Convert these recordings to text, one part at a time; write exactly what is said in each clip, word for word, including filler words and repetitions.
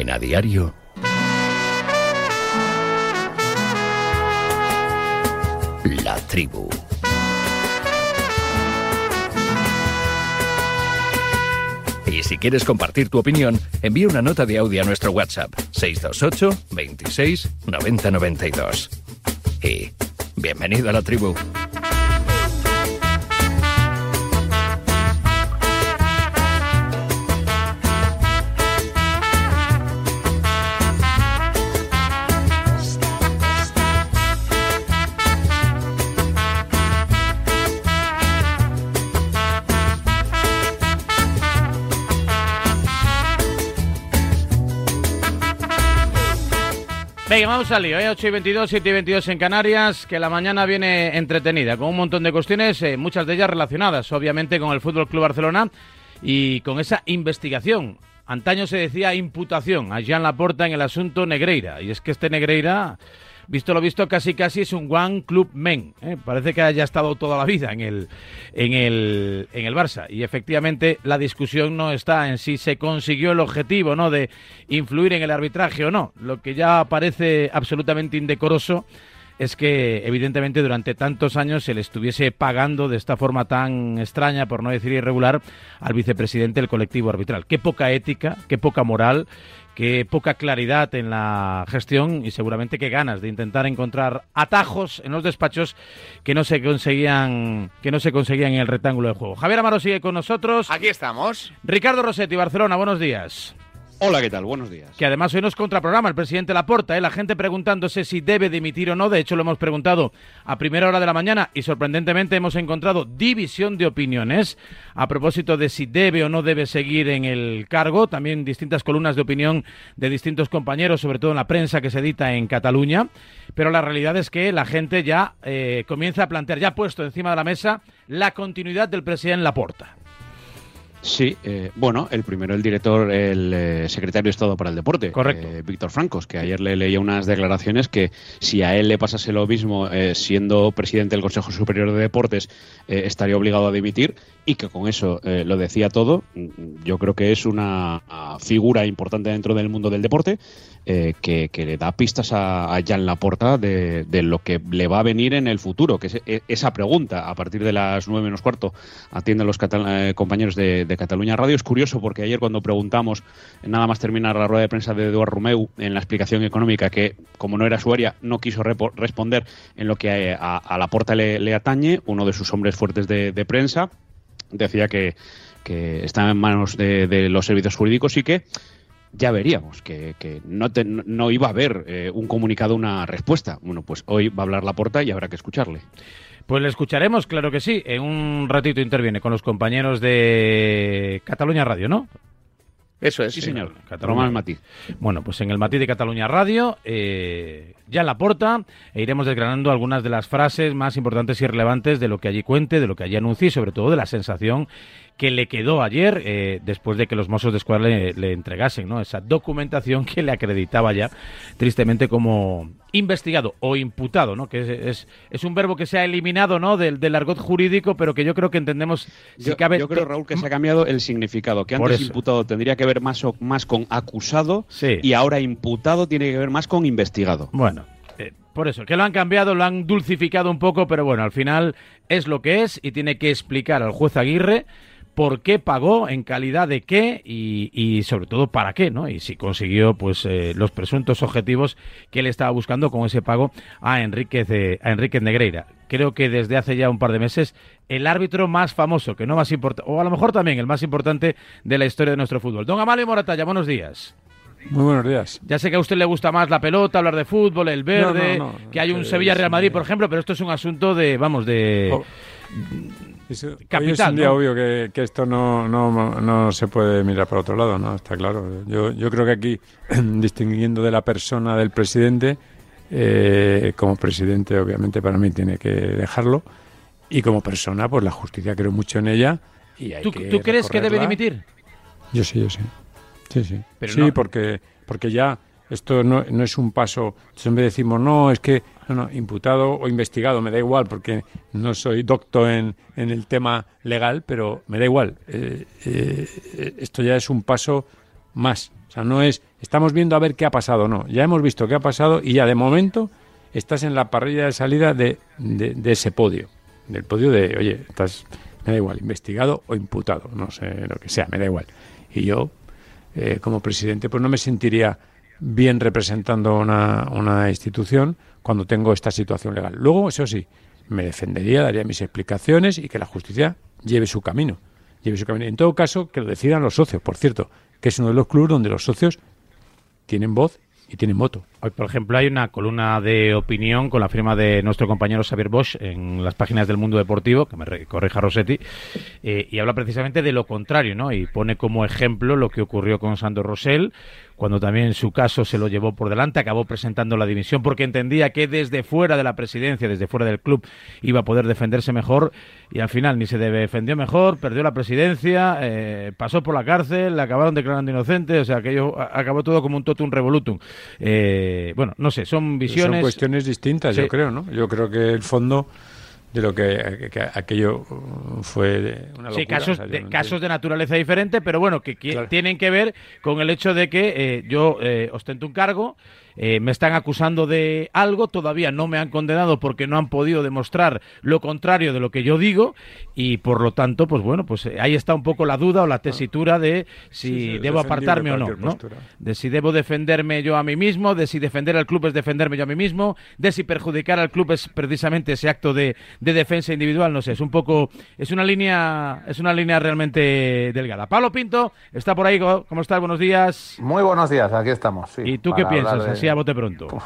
En A Diario, La Tribu. Y si quieres compartir tu opinión, envía una nota de audio a nuestro WhatsApp seis dos ocho, veintiséis, noventa, noventa y dos. Y bienvenido a La Tribu. Venga, vamos al lío, ¿eh? ocho y veintidós, siete y veintidós en Canarias, que la mañana viene entretenida, con un montón de cuestiones, eh, muchas de ellas relacionadas, obviamente, con el F C Barcelona y con esa investigación. Antaño se decía imputación a Joan Laporta en el asunto Negreira, y es que este Negreira, visto lo visto, casi casi es un one club men, ¿eh? Parece que haya estado toda la vida en el, en el, en el Barça, y efectivamente la discusión no está en si se consiguió el objetivo, ¿no?, de influir en el arbitraje o no. Lo que ya parece absolutamente indecoroso es que, evidentemente, durante tantos años se le estuviese pagando de esta forma tan extraña, por no decir irregular, al vicepresidente del colectivo arbitral. Qué poca ética, qué poca moral, qué poca claridad en la gestión y seguramente qué ganas de intentar encontrar atajos en los despachos que no se conseguían que no se conseguían en el rectángulo de juego. Javier Amaro sigue con nosotros. Aquí estamos. Ricardo Rossetti, Barcelona, buenos días. Hola, ¿qué tal? Buenos días. Que además hoy nos contraprograma el presidente Laporta, ¿eh? La gente preguntándose si debe dimitir o no. De hecho, lo hemos preguntado a primera hora de la mañana y sorprendentemente hemos encontrado división de opiniones a propósito de si debe o no debe seguir en el cargo. También distintas columnas de opinión de distintos compañeros, sobre todo en la prensa que se edita en Cataluña. Pero la realidad es que la gente ya eh, comienza a plantear, ya ha puesto encima de la mesa, la continuidad del presidente Laporta. Sí, eh, bueno, el primero, el director, el eh, secretario de Estado para el Deporte, correcto, eh, Víctor Francos, que ayer le leía unas declaraciones que si a él le pasase lo mismo, eh, siendo presidente del Consejo Superior de Deportes, eh, estaría obligado a dimitir, y que con eso eh, lo decía todo. Yo creo que es una figura importante dentro del mundo del deporte, eh, que, que le da pistas a, a Joan Laporta de, de lo que le va a venir en el futuro, que es esa pregunta. A partir de las nueve menos cuarto atienden los catal- eh, compañeros de, de Cataluña Radio. Es curioso porque ayer, cuando preguntamos, nada más terminar la rueda de prensa de Eduard Romeu, en la explicación económica, que como no era su área, no quiso repo- responder en lo que a, a Laporta le, le atañe. Uno de sus hombres fuertes de, de prensa decía que, que está en manos de, de los servicios jurídicos y que ya veríamos, que, que no, te, no iba a haber eh, un comunicado, una respuesta. Bueno, pues hoy va a hablar Laporta y habrá que escucharle. Pues le escucharemos, claro que sí. En un ratito interviene con los compañeros de Cataluña Radio, ¿no? Eso es. Sí, señor. Cataluña. El Matí. Bueno, pues en el Matí de Cataluña Radio, eh, ya Laporta, e iremos desgranando algunas de las frases más importantes y relevantes de lo que allí cuente, de lo que allí anuncie y sobre todo de la sensación que le quedó ayer, eh, después de que los Mossos de Escuadra le, le entregasen, ¿no?, esa documentación que le acreditaba ya, tristemente, como investigado o imputado, ¿no?, que es, es, es un verbo que se ha eliminado, ¿no?, del, del argot jurídico, pero que yo creo que entendemos, si yo, cabe... Yo creo, Raúl, que se ha cambiado el significado, que antes imputado tendría que ver más, o, más con acusado, sí, y ahora imputado tiene que ver más con investigado. Bueno, eh, por eso, que lo han cambiado, lo han dulcificado un poco, pero bueno, al final es lo que es y tiene que explicar al juez Aguirre por qué pagó, en calidad de qué y, y sobre todo para qué, ¿no? Y si consiguió, pues, eh, los presuntos objetivos que él estaba buscando con ese pago a Enríquez, eh, a Enríquez Negreira. Creo que desde hace ya un par de meses el árbitro más famoso, que no más importante, o a lo mejor también el más importante de la historia de nuestro fútbol. Don Amalio Moratalla, buenos días. Muy buenos días. Ya sé que a usted le gusta más la pelota, hablar de fútbol, el verde, no, no, no, que hay un eh, Sevilla-Real Madrid, sí, por ejemplo, pero esto es un asunto de, vamos, de... Oh. Es, capital, hoy es un día ¿no? obvio que, que esto no, no, no se puede mirar para otro lado, ¿no? Está claro. Yo, yo creo que aquí, distinguiendo de la persona del presidente, eh, como presidente, obviamente, para mí tiene que dejarlo, y como persona, pues la justicia, creo mucho en ella. Y hay ¿Tú, que ¿tú crees que debe recorrerla. dimitir? Yo sí, yo sí. Sí, sí. Pero sí, no... porque, porque ya esto no, no es un paso. Siempre decimos, no, es que no, no, imputado o investigado, me da igual, porque no soy docto en, en el tema legal, pero me da igual. Eh, eh, esto ya es un paso más. O sea, no es, estamos viendo a ver qué ha pasado, no. Ya hemos visto qué ha pasado y ya de momento estás en la parrilla de salida de, de, de ese podio. Del podio de, oye, estás, me da igual, investigado o imputado, no sé lo que sea, me da igual. Y yo, eh, como presidente, pues no me sentiría bien representando una, una institución cuando tengo esta situación legal. Luego, eso sí, me defendería, daría mis explicaciones y que la justicia lleve su camino. Lleve su camino. En todo caso, que lo decidan los socios, por cierto, que es uno de los clubes donde los socios tienen voz y tienen voto. Hoy, por ejemplo, hay una columna de opinión con la firma de nuestro compañero Xavier Bosch en las páginas del Mundo Deportivo, que me corrija Rossetti, eh, y habla precisamente de lo contrario, ¿no? Y pone como ejemplo lo que ocurrió con Sandro Rosell, cuando también en su caso se lo llevó por delante, acabó presentando la dimisión porque entendía que desde fuera de la presidencia, desde fuera del club, iba a poder defenderse mejor, y al final ni se defendió mejor, perdió la presidencia, eh, pasó por la cárcel, le acabaron declarando inocente, o sea, aquello acabó todo como un totum revolutum. Eh, bueno, no sé, son visiones... Son cuestiones distintas, sí. Yo creo, ¿no? Yo creo que el fondo de lo que, que aquello fue una locura. Sí, casos, o sea, de, casos de naturaleza diferente, pero bueno, que, que claro. tienen que ver con el hecho de que eh, yo eh, ostento un cargo, eh, me están acusando de algo, todavía no me han condenado porque no han podido demostrar lo contrario de lo que yo digo, y por lo tanto, pues bueno, pues eh, ahí está un poco la duda o la tesitura de si sí, sí, debo apartarme o no, ¿no? De si debo defenderme yo a mí mismo, de si defender al club es defenderme yo a mí mismo, de si perjudicar al club es precisamente ese acto de, de defensa individual, no sé, es un poco, es una línea, es una línea realmente delgada. Pablo Pinto está por ahí, ¿cómo estás? Buenos días. Muy buenos días, aquí estamos. Sí, ¿y tú qué piensas? De... Así a bote pronto. Uf.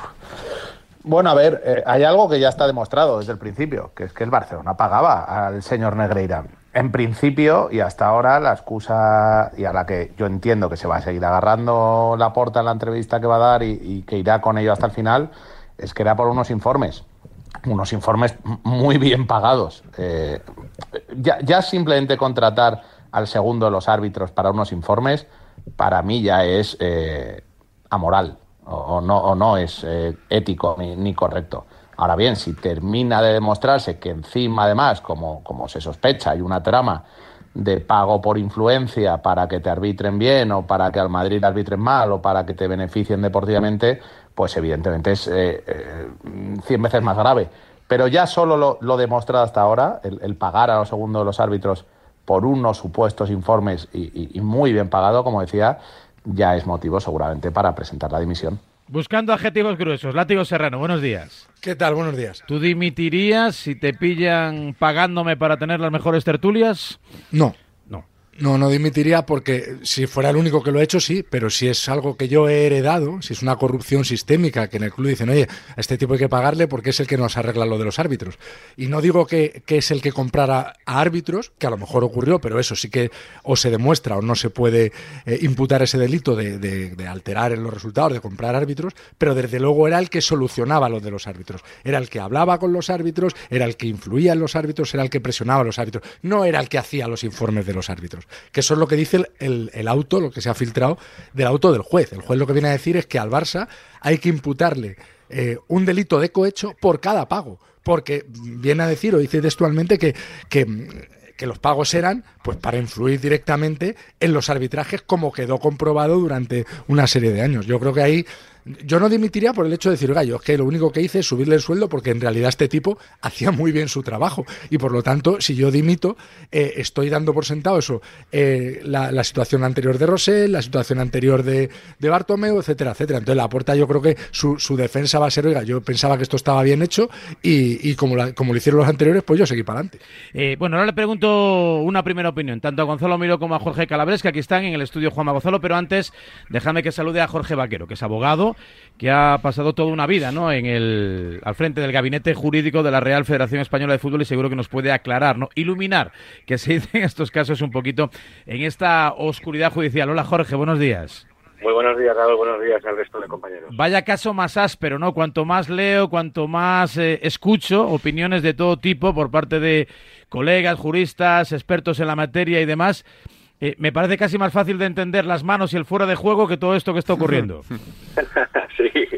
Bueno, a ver, eh, hay algo que ya está demostrado desde el principio, que es que el Barcelona pagaba al señor Negreira. En principio, y hasta ahora, la excusa, y a la que yo entiendo que se va a seguir agarrando Laporta en la entrevista que va a dar y, y que irá con ello hasta el final, es que era por unos informes. Unos informes muy bien pagados. Eh, ya, ya simplemente contratar al segundo de los árbitros para unos informes, para mí ya es eh, amoral, o, o, no, o no es eh, ético ni, ni correcto. Ahora bien, si termina de demostrarse que encima, además, como, como se sospecha, hay una trama de pago por influencia para que te arbitren bien o para que al Madrid arbitren mal o para que te beneficien deportivamente, pues evidentemente es eh, eh, cien veces más grave. Pero ya solo lo, lo demostrado hasta ahora, el, el pagar a los segundos de los árbitros por unos supuestos informes y, y, y muy bien pagado, como decía, ya es motivo seguramente para presentar la dimisión. Buscando adjetivos gruesos. Látigo Serrano, buenos días. ¿Qué tal? Buenos días. ¿Tú dimitirías si te pillan pagándome para tener las mejores tertulias? No. No. No, no dimitiría porque si fuera el único que lo ha hecho, sí, pero si es algo que yo he heredado, si es una corrupción sistémica que en el club dicen, oye, a este tipo hay que pagarle porque es el que nos arregla lo de los árbitros. Y no digo que, que es el que comprara a árbitros, que a lo mejor ocurrió, pero eso sí que o se demuestra o no se puede eh, imputar ese delito de, de, de alterar en los resultados, de comprar árbitros, pero desde luego era el que solucionaba lo de los árbitros. Era el que hablaba con los árbitros, era el que influía en los árbitros, era el que presionaba a los árbitros. No era el que hacía los informes de los árbitros. Que eso es lo que dice el, el, el auto, lo que se ha filtrado del auto del juez. El juez lo que viene a decir es que al Barça hay que imputarle eh, un delito de cohecho por cada pago, porque viene a decir, o dice textualmente, que, que, que los pagos eran pues para influir directamente en los arbitrajes, como quedó comprobado durante una serie de años. Yo creo que ahí... Yo no dimitiría por el hecho de decir, oiga, yo es que lo único que hice es subirle el sueldo porque en realidad este tipo hacía muy bien su trabajo y por lo tanto, si yo dimito, eh, estoy dando por sentado eso, eh, la, la situación anterior de Rosell, la situación anterior de, de Bartomeu, etcétera, etcétera. Entonces Laporta, yo creo que su, su defensa va a ser, oiga, yo pensaba que esto estaba bien hecho y, y como, la, como lo hicieron los anteriores, pues yo seguí para adelante. Eh, bueno, ahora le pregunto una primera opinión, tanto a Gonzalo Miró como a Jorge Calabres, que aquí están en el estudio Juanma Gonzalo, pero antes déjame que salude a Jorge Vaquero, que es abogado, que ha pasado toda una vida, ¿no?, en el al frente del gabinete jurídico de la Real Federación Española de Fútbol y seguro que nos puede aclarar, ¿no?, iluminar, que se dice en estos casos un poquito en esta oscuridad judicial. Hola Jorge, buenos días. Muy buenos días, Raúl, buenos días al resto de compañeros. Vaya caso más áspero, ¿no? Cuanto más leo, cuanto más eh, escucho opiniones de todo tipo por parte de colegas, juristas, expertos en la materia y demás, Eh, me parece casi más fácil de entender las manos y el fuera de juego que todo esto que está ocurriendo. Sí,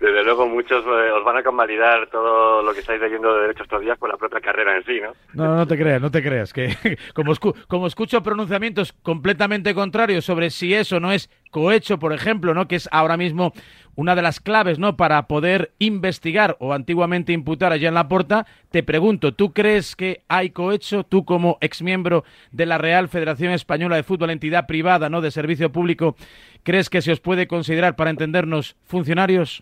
Desde luego muchos eh, os van a convalidar todo lo que estáis leyendo de derecho estos días por la propia carrera en sí, ¿no? No, no te creas, no te creas, que como, escu como escucho pronunciamientos completamente contrarios sobre si eso no es cohecho, por ejemplo, ¿no? Que es ahora mismo una de las claves, ¿no? Para poder investigar o antiguamente imputar a Joan Laporta, te pregunto, ¿tú crees que hay cohecho? Tú como exmiembro de la Real Federación Española de Fútbol, entidad privada, ¿no? De servicio público, ¿crees que se os puede considerar, para entendernos, funcionarios?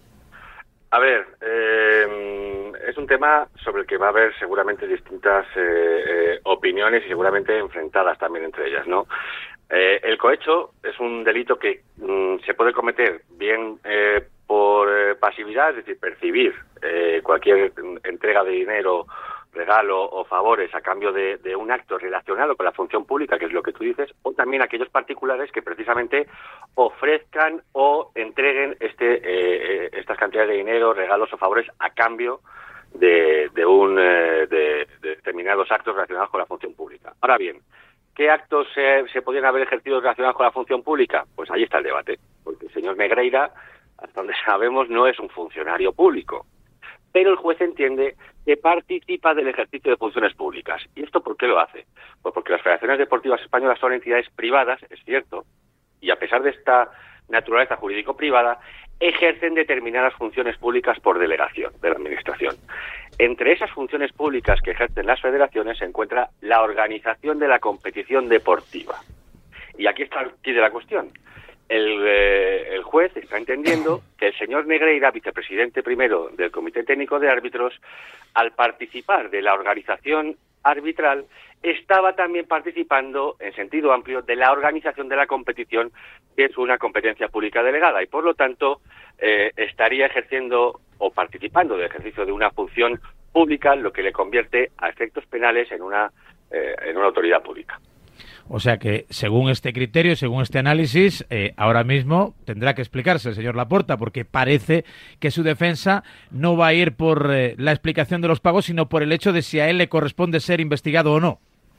A ver, eh, es un tema sobre el que va a haber seguramente distintas eh, eh, opiniones y seguramente enfrentadas también entre ellas, ¿no? Eh, el cohecho es un delito que mm, se puede cometer bien eh, por eh, pasividad, es decir, percibir eh, cualquier entrega de dinero, regalo o favores a cambio de, de un acto relacionado con la función pública, que es lo que tú dices, o también aquellos particulares que precisamente ofrezcan o entreguen este eh, estas cantidades de dinero, regalos o favores a cambio de, de, un, eh, de, de determinados actos relacionados con la función pública. Ahora bien, ¿qué actos se, se podrían haber ejercido relacionados con la función pública? Pues ahí está el debate, porque el señor Negreira, hasta donde sabemos, no es un funcionario público, pero el juez entiende que participa del ejercicio de funciones públicas. ¿Y esto por qué lo hace? Pues porque las federaciones deportivas españolas son entidades privadas, es cierto, y a pesar de esta naturaleza jurídico-privada, ejercen determinadas funciones públicas por delegación de la Administración. Entre esas funciones públicas que ejercen las federaciones se encuentra la organización de la competición deportiva. Y aquí está el quid de la cuestión. El, eh, el juez está entendiendo que el señor Negreira, vicepresidente primero del Comité Técnico de Árbitros, al participar de la organización arbitral, estaba también participando, en sentido amplio, de la organización de la competición, que es una competencia pública delegada, y por lo tanto eh, estaría ejerciendo o participando del ejercicio de una función pública, lo que le convierte a efectos penales en una, eh, en una autoridad pública. O sea que, según este criterio, según este análisis, eh, ahora mismo tendrá que explicarse el señor Laporta, porque parece que su defensa no va a ir por eh, la explicación de los pagos, sino por el hecho de si a él le corresponde ser investigado o no.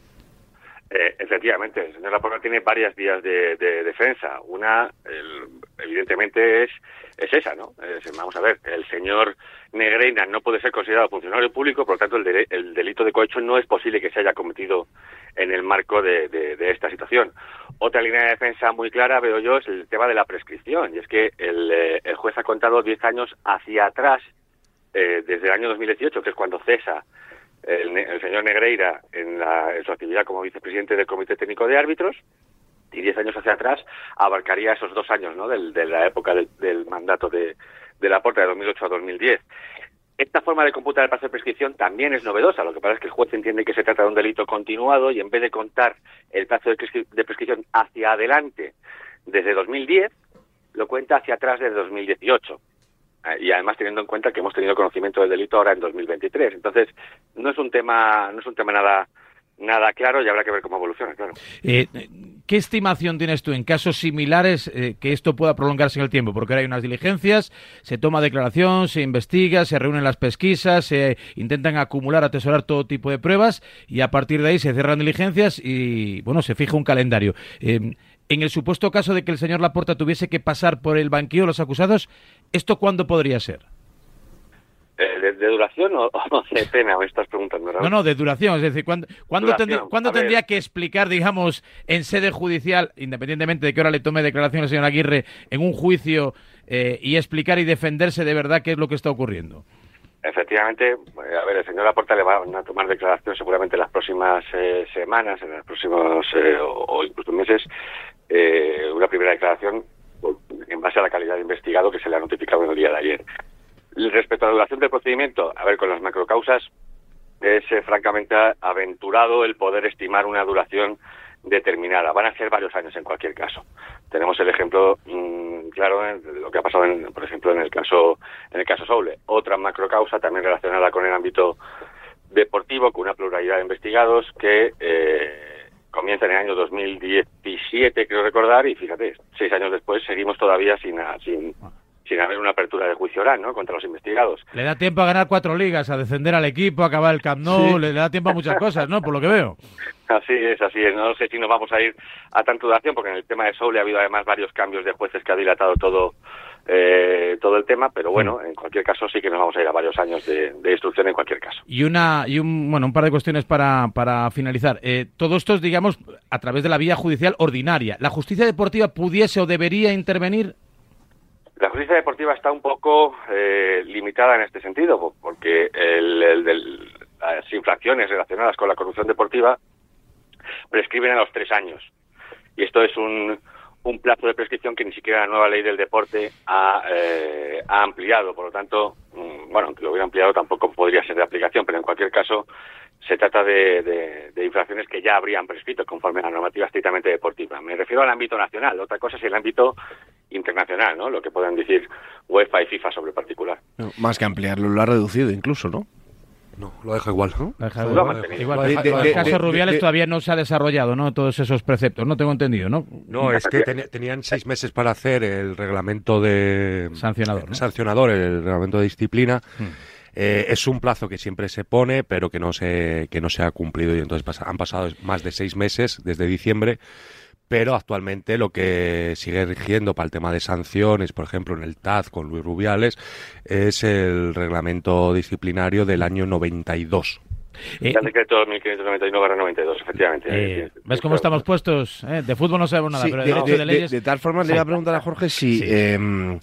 Eh, efectivamente, el señor Laporta tiene varias vías de, de defensa. Una, el, evidentemente, es, es esa, ¿no? Es, vamos a ver, el señor Negreira no puede ser considerado funcionario público, por lo tanto, el, de, el delito de cohecho no es posible que se haya cometido en el marco de, de, de esta situación. Otra línea de defensa muy clara, veo yo, es el tema de la prescripción, y es que el, eh, el juez ha contado diez años hacia atrás, eh, desde el año dos mil dieciocho, que es cuando cesa el, el señor Negreira en, la, en su actividad como vicepresidente del Comité Técnico de Árbitros, y diez años hacia atrás abarcaría esos dos años, ¿no?, del, de la época del, del mandato de, de Laporta, de dos mil ocho a dos mil diez. Esta forma de computar el plazo de prescripción también es novedosa. Lo que pasa es que el juez entiende que se trata de un delito continuado y en vez de contar el plazo de, prescri de prescripción hacia adelante desde dos mil diez, lo cuenta hacia atrás desde dos mil dieciocho. Eh, y además teniendo en cuenta que hemos tenido conocimiento del delito ahora en dos mil veintitrés. Entonces, no es un tema, no es un tema nada... Nada claro y habrá que ver cómo evoluciona, claro. Eh, ¿Qué estimación tienes tú en casos similares eh, que esto pueda prolongarse en el tiempo? Porque ahora hay unas diligencias, se toma declaración, se investiga, se reúnen las pesquisas, se intentan acumular, atesorar todo tipo de pruebas y a partir de ahí se cierran diligencias y, bueno, se fija un calendario. Eh, en el supuesto caso de que el señor Laporta tuviese que pasar por el banquillo de los acusados, ¿esto cuándo podría ser? ¿De, de duración o, o de pena? Me estás preguntando, ¿no? No, no, de duración. Es decir, ¿cuándo, ¿cuándo, tendrí, ¿cuándo tendría ver. que explicar, digamos, en sede judicial, independientemente de que ahora le tome declaración al señor Aguirre, en un juicio eh, y explicar y defenderse de verdad qué es lo que está ocurriendo? Efectivamente, a ver, el señor Laporta le van a tomar declaración seguramente en las próximas eh, semanas, en los próximos eh, o, o incluso meses, eh, una primera declaración en base a la calidad de investigado que se le ha notificado en el día de ayer. Respecto a la duración del procedimiento, a ver, con las macrocausas es eh, francamente aventurado el poder estimar una duración determinada. Van a ser varios años en cualquier caso. Tenemos el ejemplo mmm, claro de lo que ha pasado, en, por ejemplo, en el caso en el caso Soule. Otra macrocausa también relacionada con el ámbito deportivo, con una pluralidad de investigados que eh, comienza en el año dos mil diecisiete, creo recordar, y fíjate, seis años después seguimos todavía sin sin sin haber una apertura de juicio oral, ¿no?, contra los investigados. Le da tiempo a ganar cuatro ligas, a descender al equipo, a acabar el Camp Nou, sí. le, le da tiempo a muchas cosas, ¿no?, por lo que veo. Así es, así es. No sé si nos vamos a ir a tanta duración, porque en el tema de Soule ha habido además varios cambios de jueces que ha dilatado todo eh, todo el tema, pero bueno, en cualquier caso sí que nos vamos a ir a varios años de, de instrucción en cualquier caso. Y una y un bueno un par de cuestiones para, para finalizar. Eh, todo esto es, digamos, a través de la vía judicial ordinaria. ¿La justicia deportiva pudiese o debería intervenir? La justicia deportiva está un poco eh, limitada en este sentido, porque el, el, el, las infracciones relacionadas con la corrupción deportiva prescriben a los tres años. Y esto es un, un plazo de prescripción que ni siquiera la nueva ley del deporte ha, eh, ha ampliado. Por lo tanto, bueno, aunque lo hubiera ampliado tampoco podría ser de aplicación, pero en cualquier caso se trata de, de, de infracciones que ya habrían prescrito conforme a la normativa estrictamente deportiva. Me refiero al ámbito nacional, otra cosa es el ámbito internacional, ¿no?, lo que pueden decir UEFA y FIFA sobre particular. No, más que ampliarlo, lo ha reducido incluso, ¿no? No, lo deja igual, ¿no? Lo deja igual. igual de, de, de, el caso de, Rubiales de, de, todavía no se ha desarrollado, ¿no?, todos esos preceptos, no tengo entendido, ¿no? No, es que ten, tenían seis meses para hacer el reglamento de... Sancionador, ¿no? Sancionador, el reglamento de disciplina. Hmm. Eh, es un plazo que siempre se pone, pero que no se que no se ha cumplido, y entonces pasa, han pasado más de seis meses desde diciembre, pero actualmente lo que sigue rigiendo para el tema de sanciones, por ejemplo en el T A Z con Luis Rubiales, es el reglamento disciplinario del año noventa y dos. Eh, el decreto mil quinientos noventa y nueve barra noventa y dos, efectivamente. Eh, ¿Ves cómo estamos puestos? Eh, de fútbol no sabemos nada, sí, pero de, de, de, de leyes... De, de tal forma, le iba a preguntar a Jorge si... Sí. Eh,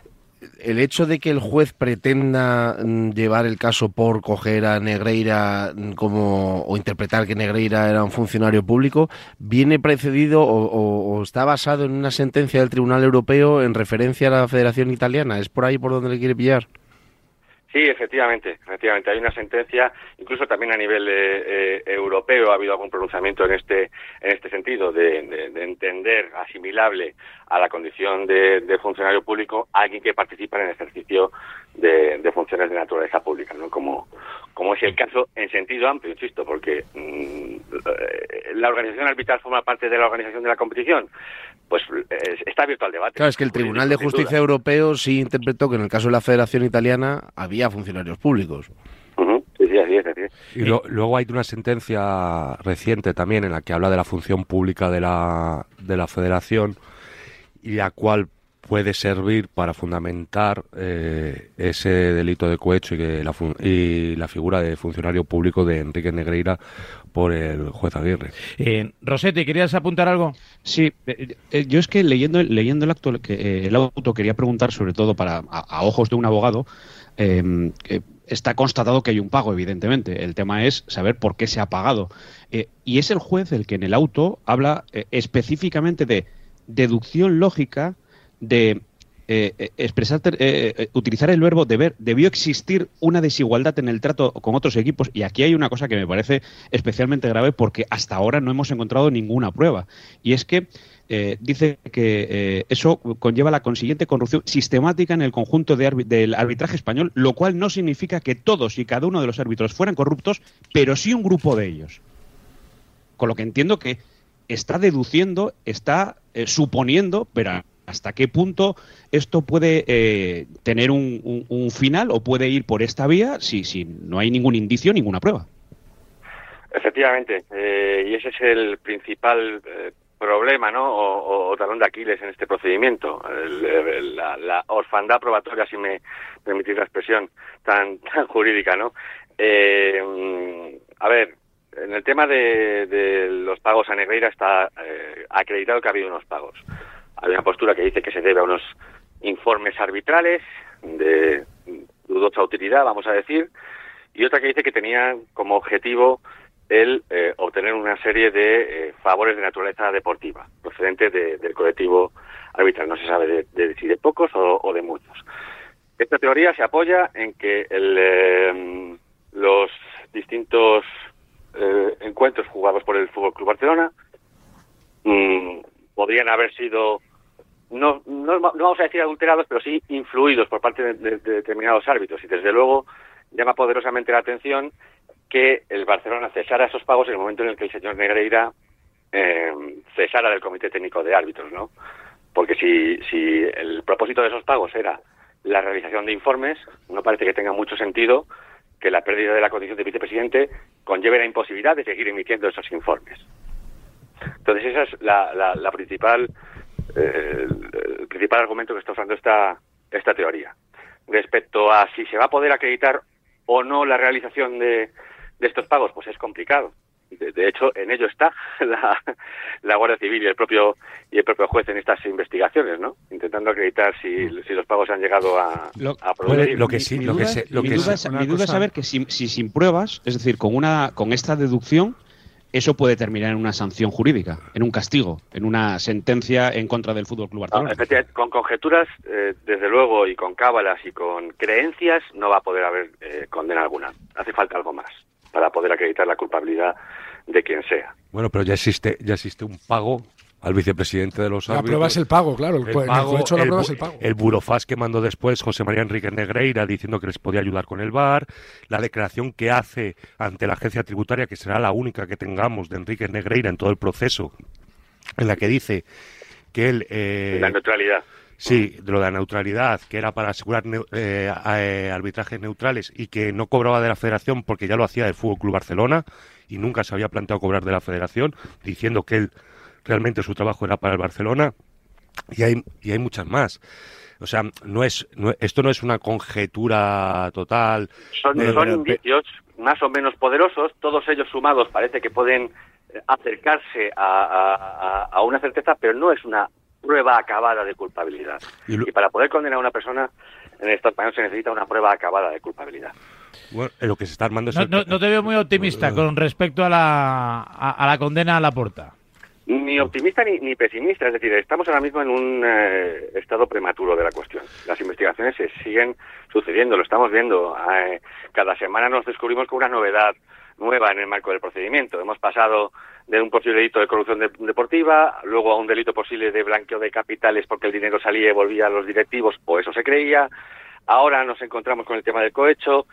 el hecho de que el juez pretenda llevar el caso por coger a Negreira como o interpretar que Negreira era un funcionario público, ¿viene precedido o, o, o está basado en una sentencia del Tribunal Europeo en referencia a la Federación Italiana? ¿Es por ahí por donde le quiere pillar? Sí, efectivamente, efectivamente. Hay una sentencia, incluso también a nivel eh, eh, europeo ha habido algún pronunciamiento en este en este sentido, de, de, de entender asimilable a la condición de, de funcionario público a alguien que participa en el ejercicio de, de funciones de naturaleza pública, ¿no? Como, como es el caso en sentido amplio, insisto, porque mmm, la organización arbitral forma parte de la organización de la competición. Pues eh, está abierto al debate. Claro, es que el Tribunal de Justicia Europeo sí interpretó que en el caso de la Federación Italiana había funcionarios públicos. Uh-huh. Sí, sí, así es, así es. Y lo, luego hay una sentencia reciente también en la que habla de la función pública de la, de la Federación, y la cual puede servir para fundamentar eh, ese delito de cohecho y, que la, y la figura de funcionario público de Enrique Negreira por el juez Aguirre. Eh, Rossetti, ¿querías apuntar algo? Sí, eh, eh, yo es que leyendo, leyendo el acto, que, eh, el auto quería preguntar, sobre todo para a, a ojos de un abogado, eh, que está constatado que hay un pago, evidentemente. El tema es saber por qué se ha pagado. Eh, y es el juez el que en el auto habla eh, específicamente de deducción lógica, de eh, expresar, eh, utilizar el verbo deber. Debió existir una desigualdad en el trato con otros equipos, y aquí hay una cosa que me parece especialmente grave, porque hasta ahora no hemos encontrado ninguna prueba, y es que eh, dice que eh, eso conlleva la consiguiente corrupción sistemática en el conjunto de arbi- del arbitraje español, lo cual no significa que todos y cada uno de los árbitros fueran corruptos, pero sí un grupo de ellos. Con lo que entiendo que está deduciendo, está eh, suponiendo, pero ¿hasta qué punto esto puede eh, tener un, un, un final o puede ir por esta vía si, si no hay ningún indicio, ninguna prueba? Efectivamente, eh, y ese es el principal eh, problema, ¿no? O, o talón de Aquiles en este procedimiento, el, el, la, la orfandad probatoria, si me permitís la expresión tan, tan jurídica, ¿no? Eh, a ver, en el tema de, de los pagos a Negreira está eh, acreditado que ha habido unos pagos. Hay una postura que dice que se debe a unos informes arbitrales de dudosa utilidad, vamos a decir, y otra que dice que tenían como objetivo el eh, obtener una serie de eh, favores de naturaleza deportiva procedentes de, del colectivo arbitral. No se sabe de, de si de pocos o, o de muchos. Esta teoría se apoya en que el, eh, los distintos eh, encuentros jugados por el F C Barcelona mmm, podrían haber sido No, no, no vamos a decir adulterados, pero sí influidos por parte de, de, de determinados árbitros. Y desde luego llama poderosamente la atención que el Barcelona cesara esos pagos en el momento en el que el señor Negreira eh, cesara del Comité Técnico de Árbitros, ¿no? Porque si, si el propósito de esos pagos era la realización de informes, no parece que tenga mucho sentido que la pérdida de la condición de vicepresidente conlleve la imposibilidad de seguir emitiendo esos informes. Entonces, esa es la, la, la principal, eh, el principal argumento que está usando esta, esta teoría. Respecto a si se va a poder acreditar o no la realización de, de estos pagos, pues es complicado. De, de hecho, en ello está la, la Guardia Civil y el propio y el propio juez en estas investigaciones, ¿no? Intentando acreditar si, si los pagos han llegado a, Lo, a producir. Lo que sí, mi lo que duda, sé, lo mi que duda sé- es, mi duda es saber que si, si sin pruebas, es decir, con una con esta deducción, eso puede terminar en una sanción jurídica, en un castigo, en una sentencia en contra del Fútbol Club No, Barcelona. efectivamente, con conjeturas, eh, desde luego, y con cábalas y con creencias, no va a poder haber eh, condena alguna. Hace falta algo más para poder acreditar la culpabilidad de quien sea. Bueno, pero ya existe, ya existe un pago al vicepresidente de los La árbitros. prueba es el pago, claro. El, El en el pago, cohecho la el prueba bu- es el pago. el burofax que mandó después José María Enrique Negreira diciendo que les podía ayudar con el V A R, la declaración que hace ante la agencia tributaria, que será la única que tengamos de Enrique Negreira en todo el proceso, en la que dice que él... eh, La neutralidad. Sí, de lo de la neutralidad, que era para asegurar neu- eh, eh, arbitrajes neutrales y que no cobraba de la federación porque ya lo hacía del Fútbol Club Barcelona y nunca se había planteado cobrar de la federación, diciendo que él realmente su trabajo era para el Barcelona, y hay y hay muchas más. O sea, no es no, esto no es una conjetura total. Son, Eh, son pe- indicios más o menos poderosos, todos ellos sumados parece que pueden eh, acercarse a, a- a- a una certeza, pero no es una prueba acabada de culpabilidad. Y lo- Y para poder condenar a una persona en el Estado español se necesita una prueba acabada de culpabilidad. Bueno, eh, lo que se está armando es No, el- no- no te veo muy optimista con respecto a la, a, a la condena a Laporta. Ni optimista ni, ni pesimista, es decir, estamos ahora mismo en un eh, estado prematuro de la cuestión. Las investigaciones se siguen sucediendo, lo estamos viendo. Eh, cada semana nos descubrimos con una novedad nueva en el marco del procedimiento. Hemos pasado de un posible delito de corrupción de- deportiva, luego a un delito posible de blanqueo de capitales porque el dinero salía y volvía a los directivos, o eso se creía. Ahora nos encontramos con el tema del cohecho.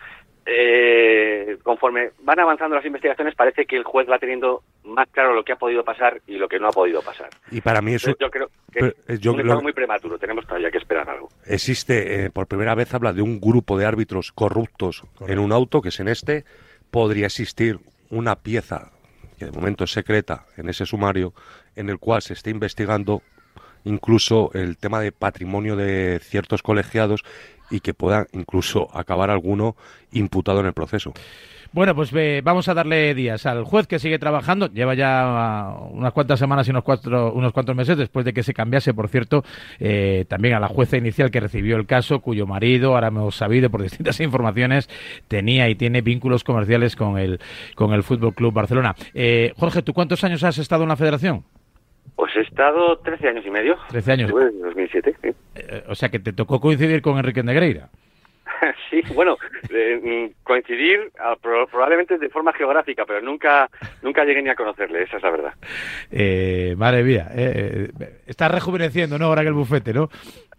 Eh, conforme van avanzando las investigaciones, parece que el juez va teniendo más claro lo que ha podido pasar y lo que no ha podido pasar. Y para mí eso Entonces, yo creo que pero, es eh, yo un lo- estado muy prematuro, tenemos todavía que esperar algo. existe, eh, por primera vez habla de un grupo de árbitros corruptos en un auto, que es en este. Podría existir una pieza, que de momento es secreta, en ese sumario, en el cual se está investigando incluso el tema de patrimonio de ciertos colegiados y que pueda incluso acabar alguno imputado en el proceso. Bueno, pues eh, vamos a darle días al juez, que sigue trabajando. Lleva ya uh, unas cuantas semanas y unos, cuatro, unos cuantos meses después de que se cambiase, por cierto, eh, también a la jueza inicial que recibió el caso, cuyo marido, ahora hemos sabido por distintas informaciones, tenía y tiene vínculos comerciales con el con el Fútbol Club Barcelona. Eh, Jorge, ¿tú cuántos años has estado en la federación? Pues he estado trece años y medio. trece años. Estuve en dos mil siete, sí. Eh, o sea, que te tocó coincidir con Enrique Negreira. Sí, bueno, eh, mm, coincidir ah, pro- probablemente de forma geográfica, pero nunca nunca llegué ni a conocerle, esa es la verdad. Eh, madre mía, eh, eh, estás rejuveneciendo, ¿no? Ahora que el bufete, ¿no?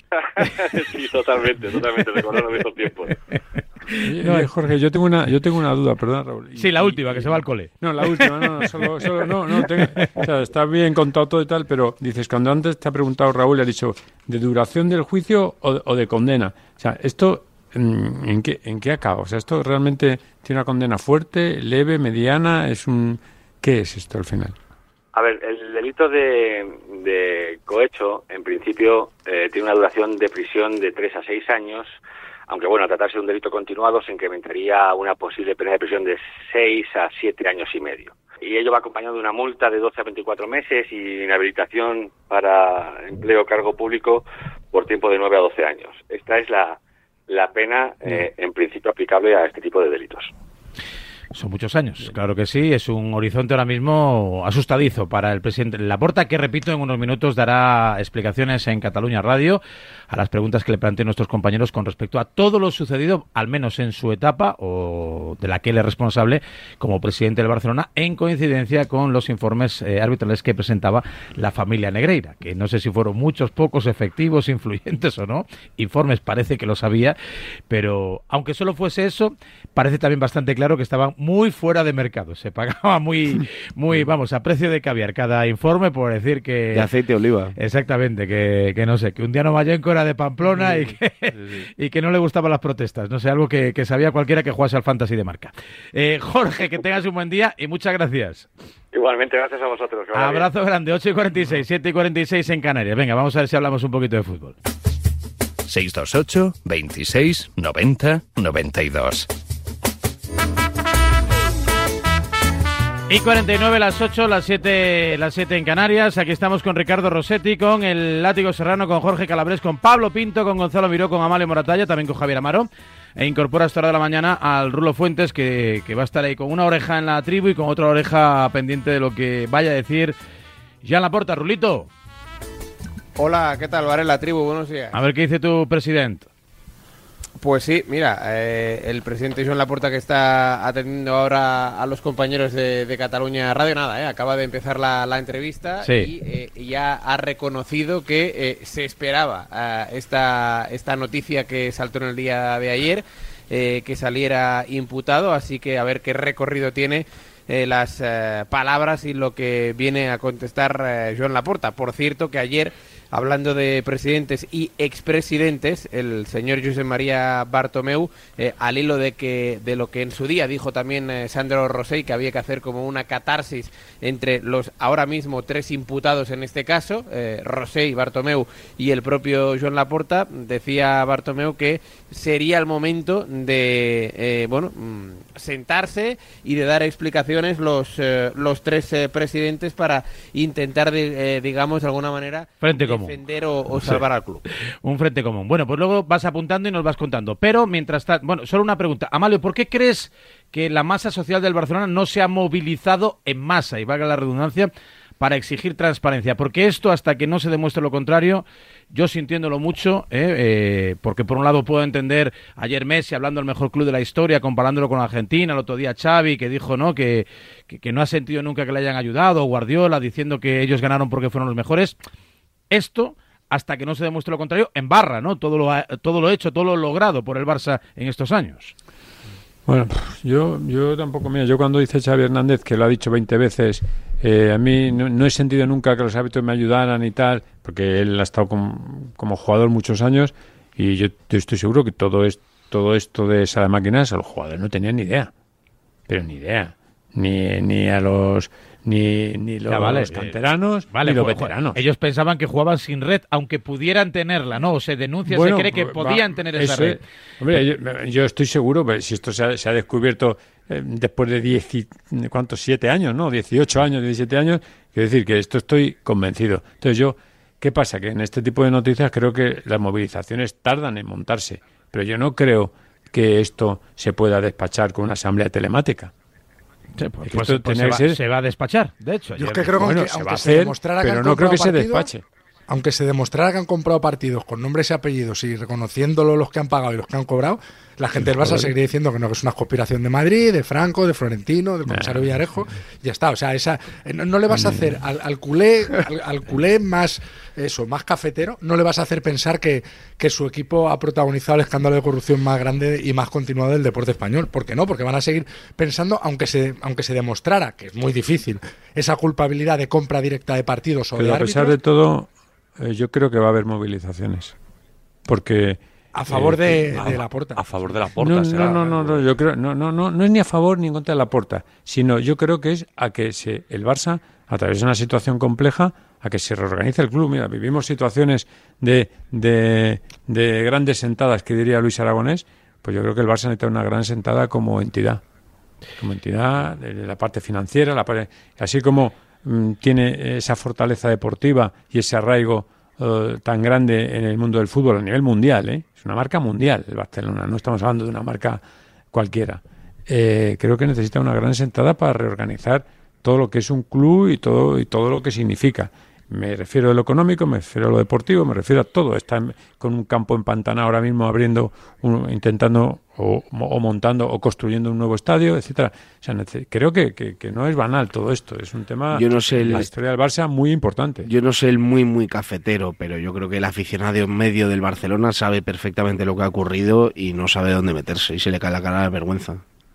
Sí, totalmente, totalmente, recordando esos tiempos. Oye, oye, Jorge, yo tengo una, yo tengo una duda, perdón, Raúl. Y- Sí, la y- última, que se va al cole. No, la última, no, no, solo, solo no, no, tengo- o sea, está bien contado todo y tal, pero dices, cuando antes te ha preguntado Raúl, le ha dicho, ¿de duración del juicio o, o de condena? O sea, esto, mm, ¿en qué, en qué acaba? O sea, ¿esto realmente tiene una condena fuerte, leve, mediana? ¿Es un, qué es esto al final? A ver, el delito de, de cohecho, en principio, eh, tiene una duración de prisión de tres a seis años, aunque bueno, al tratarse de un delito continuado se incrementaría a una posible pena de prisión de seis a siete años y medio. Y ello va acompañado de una multa de doce a veinticuatro meses y inhabilitación para empleo o cargo público por tiempo de nueve a doce años. Esta es la, la pena, eh, en principio, aplicable a este tipo de delitos. Son muchos años, claro que sí. Es un horizonte ahora mismo asustadizo para el presidente Laporta, que, repito, en unos minutos dará explicaciones en Cataluña Radio a las preguntas que le planteen nuestros compañeros con respecto a todo lo sucedido, al menos en su etapa, o de la que él es responsable como presidente del Barcelona, en coincidencia con los informes eh, arbitrales que presentaba la familia Negreira, que no sé si fueron muchos, pocos, efectivos, influyentes o no. Informes parece que los había, pero aunque solo fuese eso, parece también bastante claro que estaban muy fuera de mercado. Se pagaba muy, muy, vamos, a precio de caviar cada informe por decir que... De aceite de oliva. Exactamente, que, que no sé, que un día Novayenko era de Pamplona y que, sí, sí. y que no le gustaban las protestas. No sé, algo que, que sabía cualquiera que jugase al fantasy de marca. Eh, Jorge, que tengas un buen día y muchas gracias. Igualmente, gracias a vosotros. Abrazo grande, ocho y cuarenta y seis, siete y cuarenta y seis en Canarias. Venga, vamos a ver si hablamos un poquito de fútbol. seis dos ocho, veintiséis, noventa, noventa y dos. Y cuarenta y nueve, las ocho, las siete, las siete en Canarias. Aquí estamos con Ricardo Rossetti, con el Látigo Serrano, con Jorge Calabrés, con Pablo Pinto, con Gonzalo Miró, con Amalio Moratalla, también con Javier Amaro. E incorpora a esta hora de la mañana al Rulo Fuentes, que, que va a estar ahí con una oreja en la tribu y con otra oreja pendiente de lo que vaya a decir Joan Laporta. Rulito. Hola, ¿qué tal, Varela, tribu? Buenos días. A ver qué dice tu presidente. Pues sí, mira, eh, el presidente Joan Laporta, que está atendiendo ahora a los compañeros de, de Cataluña Radio, nada, eh, acaba de empezar la, la entrevista sí. y eh, ya ha reconocido que eh, se esperaba eh, esta, esta noticia que saltó en el día de ayer, eh, que saliera imputado, así que a ver qué recorrido tiene eh, las eh, palabras y lo que viene a contestar eh, Joan Laporta. Por cierto, que ayer, hablando de presidentes y expresidentes, el señor Josep María Bartomeu, eh, al hilo de que de lo que en su día dijo también eh, Sandro Rosell, que había que hacer como una catarsis entre los ahora mismo tres imputados en este caso, eh, Rosell, Bartomeu y el propio Joan Laporta, decía Bartomeu que sería el momento de eh, bueno sentarse y de dar explicaciones los eh, los tres eh, presidentes para intentar, de, eh, digamos, de alguna manera frente común. defender o, o salvar sí. al club. Un frente común. Bueno, pues luego vas apuntando y nos vas contando. Pero mientras tanto, bueno, solo una pregunta. Amalio, ¿por qué crees que la masa social del Barcelona no se ha movilizado en masa, y valga la redundancia, para exigir transparencia? Porque esto, hasta que no se demuestre lo contrario, yo sintiéndolo mucho, eh, eh, porque por un lado puedo entender ayer Messi hablando del mejor club de la historia, comparándolo con Argentina, el otro día Xavi, que dijo no que, que, que no ha sentido nunca que le hayan ayudado, o Guardiola diciendo que ellos ganaron porque fueron los mejores. Esto, hasta que no se demuestre lo contrario, en barra, ¿no? Todo lo, todo lo hecho, todo lo logrado por el Barça en estos años. Bueno, yo, yo tampoco, mira, yo cuando dice Xavi Hernández, que lo ha dicho veinte veces, eh, a mí no, no he sentido nunca que los árbitros me ayudaran y tal, porque él ha estado com, como jugador muchos años, y yo, yo estoy seguro que todo, es, todo esto de esa máquina, los jugadores no tenían ni idea, pero ni idea, ni, ni a los... Ni, ni los, ya, vale, los canteranos, eh, vale, ni los veteranos. Ellos pensaban que jugaban sin red, aunque pudieran tenerla, ¿no? O se denuncia, bueno, se cree que podían va, tener esa red. Es, hombre, yo, yo estoy seguro, si esto se ha, se ha descubierto eh, después de diez, ¿cuántos? siete años, ¿no? dieciocho años, diecisiete años, quiero decir que esto estoy convencido. Entonces yo, ¿qué pasa? Que en este tipo de noticias creo que las movilizaciones tardan en montarse, pero yo no creo que esto se pueda despachar con una asamblea telemática. Sí, pues, pues, pues se, va, ser... se va a despachar, de hecho. Yo es que creo que bueno, aunque, se aunque va a se hacer, demostrara pero que han no creo que partido, se despache. Aunque se demostrara que han comprado partidos con nombres y apellidos y reconociéndolo los que han pagado y los que han cobrado, la gente del Barça seguiría diciendo que no, que es una conspiración de Madrid, de Franco, de Florentino, del comisario Villarejo, y ya está. O sea, esa no, no le vas a hacer al, al culé, al, al culé más eso, más cafetero, no le vas a hacer pensar que, que su equipo ha protagonizado el escándalo de corrupción más grande y más continuado del deporte español. ¿Por qué no? Porque van a seguir pensando, aunque se, aunque se demostrara, que es muy difícil, esa culpabilidad de compra directa de partidos o Pero de a árbitros. pesar de todo, eh, yo creo que va a haber movilizaciones. Porque a favor de, eh, de Laporta. A favor de Laporta. No, será. no, no, no, yo creo, no, no, no, no es ni a favor ni en contra de Laporta, sino yo creo que es a que se, el Barça, a través de una situación compleja, a que se reorganice el club. Mira, vivimos situaciones de, de, de grandes sentadas, que diría Luis Aragonés, pues yo creo que el Barça necesita una gran sentada como entidad, como entidad de la parte financiera, la parte, así como mmm, tiene esa fortaleza deportiva y ese arraigo uh, tan grande en el mundo del fútbol a nivel mundial, ¿eh? Es una marca mundial el Barcelona, no estamos hablando de una marca cualquiera. Eh, creo que necesita una gran sentada para reorganizar todo lo que es un club y todo y todo lo que significa. Me refiero a lo económico, me refiero a lo deportivo, me refiero a todo. Está con un campo empantanado ahora mismo abriendo, un, intentando o, o montando o construyendo un nuevo estadio, etcétera. O sea, creo que, que, que no es banal todo esto. Es un tema, yo no sé el, la historia del Barça, muy importante. Yo no sé el muy, muy cafetero, pero yo creo que el aficionado medio del Barcelona sabe perfectamente lo que ha ocurrido y no sabe dónde meterse y se le cae la cara de vergüenza.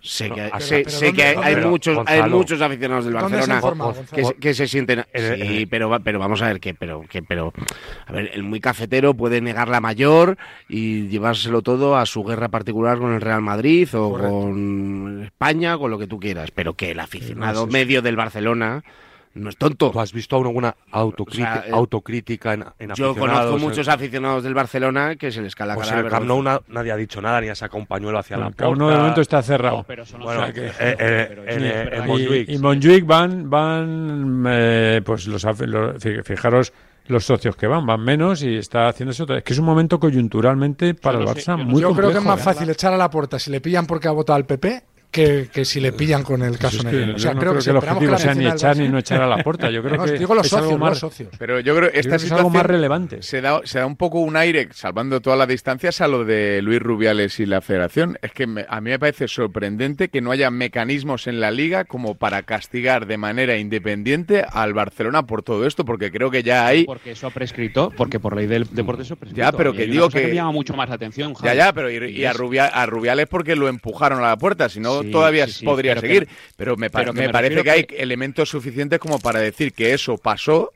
Sé que hay, Pero- sé, pero sé ¿dónde- que hay, hay pero, muchos, hay Gonzalo, muchos aficionados del ¿dónde se Barcelona informa, que, Gonzalo? se- que se sienten. Eh, Sí, eh, pero, va- pero vamos a ver que, pero, que, pero, a ver, el muy cafetero puede negar la mayor y llevárselo todo a su guerra particular con el Real Madrid o Correcto. con España, con lo que tú quieras, pero que el aficionado No, sí, sí. medio del Barcelona no es tonto. ¿Tú has visto alguna autocrítica, O sea, eh, autocrítica en, en Yo aficionados? conozco en- muchos aficionados del Barcelona que se les cala la Pues cara. en el de Camp Nou vergüenza. na- nadie ha dicho nada, ni ha sacado un pañuelo hacia Bueno, la el Camp puerta. Nou de momento está cerrado. No, pero son los Bueno, socios. que- Eh, eh, en, Y- eh, en y- Montjuic, y sí. Montjuic van, van eh, pues los, afi- los- fi- fijaros los socios que van, van menos y está haciéndose otra. Es que es un momento coyunturalmente para el Barça muy Yo creo que es complejo, más ¿eh? fácil echar a la puerta si le pillan porque ha votado al P P que, que si le pillan con el caso Es que Negreira. yo O sea, no creo creo que, que el esperamos objetivo la sea ni bencina del echar ni Barça. no echar a la puerta. Yo creo No, que digo los es algo socios, más- los socios. Pero yo creo que Yo esta creo que es situación algo más relevante. Se da, se da un poco un aire, salvando todas las distancias, a lo de Luis Rubiales y la Federación. Es que me- a mí me parece sorprendente que no haya mecanismos en la Liga como para castigar de manera independiente al Barcelona por todo esto, porque creo que ya hay... Porque eso ha prescrito, porque por ley del deporte eso ha prescrito. Ya, pero Y que hay una digo cosa que... me llama mucho más la atención, Ya, Javi. ya, pero y, y a, es- Rubia- a Rubiales porque lo empujaron a la puerta, si no Sí, todavía sí, sí, podría pero que- seguir. pero me, pa- pero que me me parece que, refiero hay elementos suficientes como para decir que eso pasó,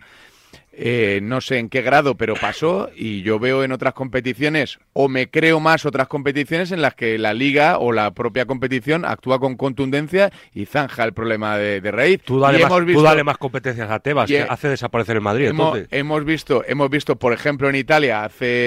eh, no sé en qué grado, pero pasó, y yo veo en otras competiciones, o me creo más otras competiciones en las que la Liga o la propia competición actúa con contundencia y zanja el problema de, de raíz. Tú dale, Y más, hemos tú visto- dale más competencias a Tebas, Y, que eh, hace desaparecer el Madrid. Hemos, entonces. hemos visto, hemos visto, por ejemplo, en Italia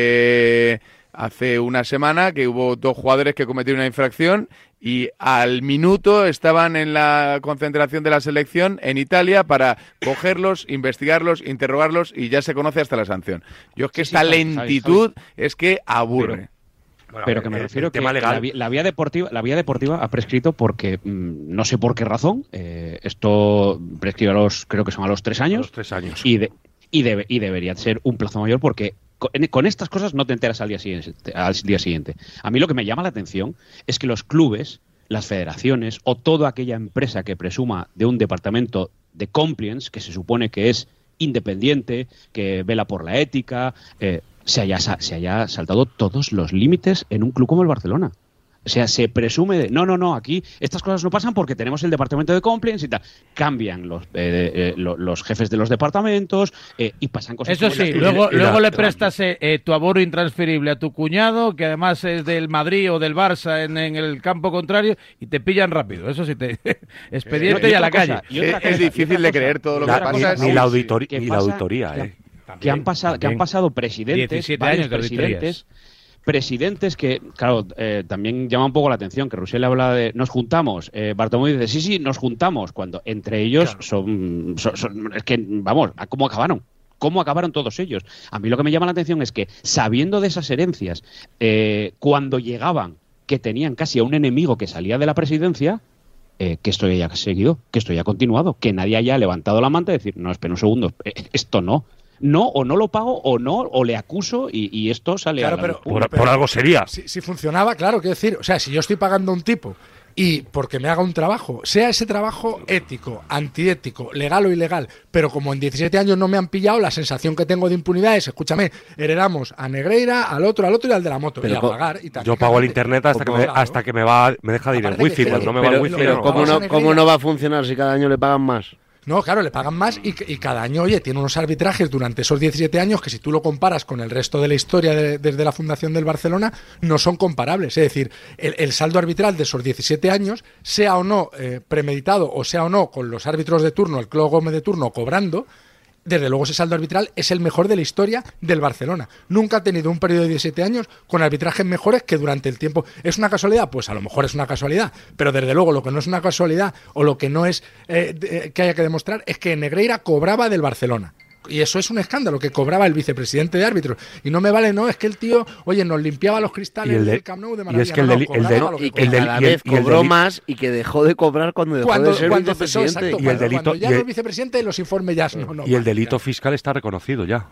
hace hace una semana que hubo dos jugadores que cometieron una infracción y al minuto estaban en la concentración de la selección en Italia para cogerlos, investigarlos, interrogarlos y ya se conoce hasta la sanción. Yo es que Sí, sí, esta Javi, Javi, lentitud es que aburre. Bueno, Pero a que ver, me el- refiero el que tema legal. la, vi- la vía deportiva la vía deportiva ha prescrito porque mm, no sé por qué razón eh, esto prescribe a los creo que son a los tres años A los tres años. y de, y, debe- y debería ser un plazo mayor porque con, en- con estas cosas no te enteras al día siguiente al día siguiente. A mí lo que me llama la atención es que los clubes, las federaciones o toda aquella empresa que presuma de un departamento de compliance que se supone que es independiente, que vela por la ética, eh, se haya, sa- se haya saltado todos los límites en un club como el Barcelona. O sea, se presume de, no, no, no, aquí estas cosas no pasan porque tenemos el departamento de compliance y tal. Cambian los, eh, eh, lo- los jefes de los departamentos eh, y pasan cosas Eso como sí, estas. luego, y la- luego le la- prestas eh, eh, tu abono intransferible a tu cuñado, que además es del Madrid o del Barça en, en el campo contrario, y te pillan rápido. Eso sí, te expediente No, y y a la otra calle. cosa, y otra Es, cosa, es y difícil otra de cosa. creer todo lo La- que ni, pasa. ni Sí, la sí. auditoría, ¿Qué ni la pasa? auditoría, que, eh. que han pasado que han pasado presidentes, diecisiete varios años de auditorías. presidentes, presidentes que, claro, eh, también llama un poco la atención que Rusiel habla de nos juntamos, eh, Bartomeu dice sí, sí, nos juntamos, cuando entre ellos son, son, son- es que, vamos, ¿a ¿cómo acabaron? ¿Cómo acabaron todos ellos? A mí lo que me llama la atención es que, sabiendo de esas herencias, eh, cuando llegaban, que tenían casi a un enemigo que salía de la presidencia, eh, que esto ya ha seguido, que esto ya ha continuado, que nadie haya levantado la manta y decir, no, espera un segundo, eh, esto no. No, o no lo pago, o no, o le acuso, y, y esto sale Claro, a la pero- luz. Por, pero- por algo sería. Si, si funcionaba, claro, quiero decir, o sea, si yo estoy pagando a un tipo y porque me haga un trabajo, sea ese trabajo ético, antiético, legal o ilegal, pero como en diecisiete años no me han pillado, la sensación que tengo de impunidad es, escúchame, heredamos a Negreira, al otro, al otro y al de la moto, Pero y a co- pagar. Y Yo pago el internet hasta que me, Claro. hasta que me va me deja de ir el Aparte que wifi. Cuando no me va Pero, el wifi, pero no. ¿cómo, Vamos a no, Negreira. ¿cómo no va a funcionar si cada año le pagan más? No, claro, le pagan más y, y cada año, oye, tiene unos arbitrajes durante esos diecisiete años que si tú lo comparas con el resto de la historia de- desde la fundación del Barcelona, no son comparables. Es decir, el, el saldo arbitral de esos diecisiete años, sea o no eh, premeditado o sea o no con los árbitros de turno, el Clos Gómez de turno cobrando, desde luego ese saldo arbitral es el mejor de la historia del Barcelona. Nunca ha tenido un periodo de diecisiete años con arbitrajes mejores que durante el tiempo. ¿Es una casualidad? Pues a lo mejor es una casualidad, pero desde luego lo que no es una casualidad o lo que no es eh, de- que haya que demostrar es que Negreira cobraba del Barcelona. Y eso es un escándalo, que cobraba el vicepresidente de árbitros. Y no me vale, no, es que el tío, oye, nos limpiaba los cristales Y el de- del Camp Nou de y maravilla. es que el No, no, deli- el cobraba de- lo que Y que el del- cada y el- vez y el cobró deli- más y que dejó de cobrar cuando dejó cuando, de ser cuando cesó, vicepresidente. exacto, Y el cuando, delito- cuando ya y no el- es vicepresidente, los informes ya no, no y el van, delito claro. fiscal está reconocido ya.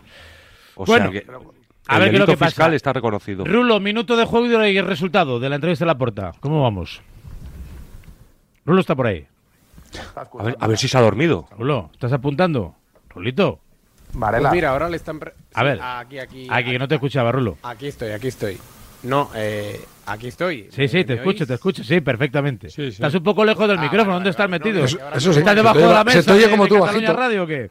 O Bueno, sea que a el ver qué es lo delito que pasa. fiscal está reconocido. Rulo, minuto de juego y el resultado de la entrevista de Laporta. ¿Cómo vamos? Rulo está por ahí. A ver, a ver si se ha dormido. Rulo, ¿estás apuntando? Rulito. Varela. Pues mira, ahora le están... pre- A ver. Aquí, aquí. Aquí, que no te escuchaba, Rulo. Aquí estoy, aquí estoy. No, eh, aquí estoy. Sí, sí, te escucho, oís? te escucho, sí, perfectamente. Sí, sí. Estás un poco lejos del ah, micrófono, ¿dónde vale, estás metido? No, eso, eso sí, ¿Estás debajo de la mesa? ¿Se te oye como de, tú, de bajito? Radio o qué?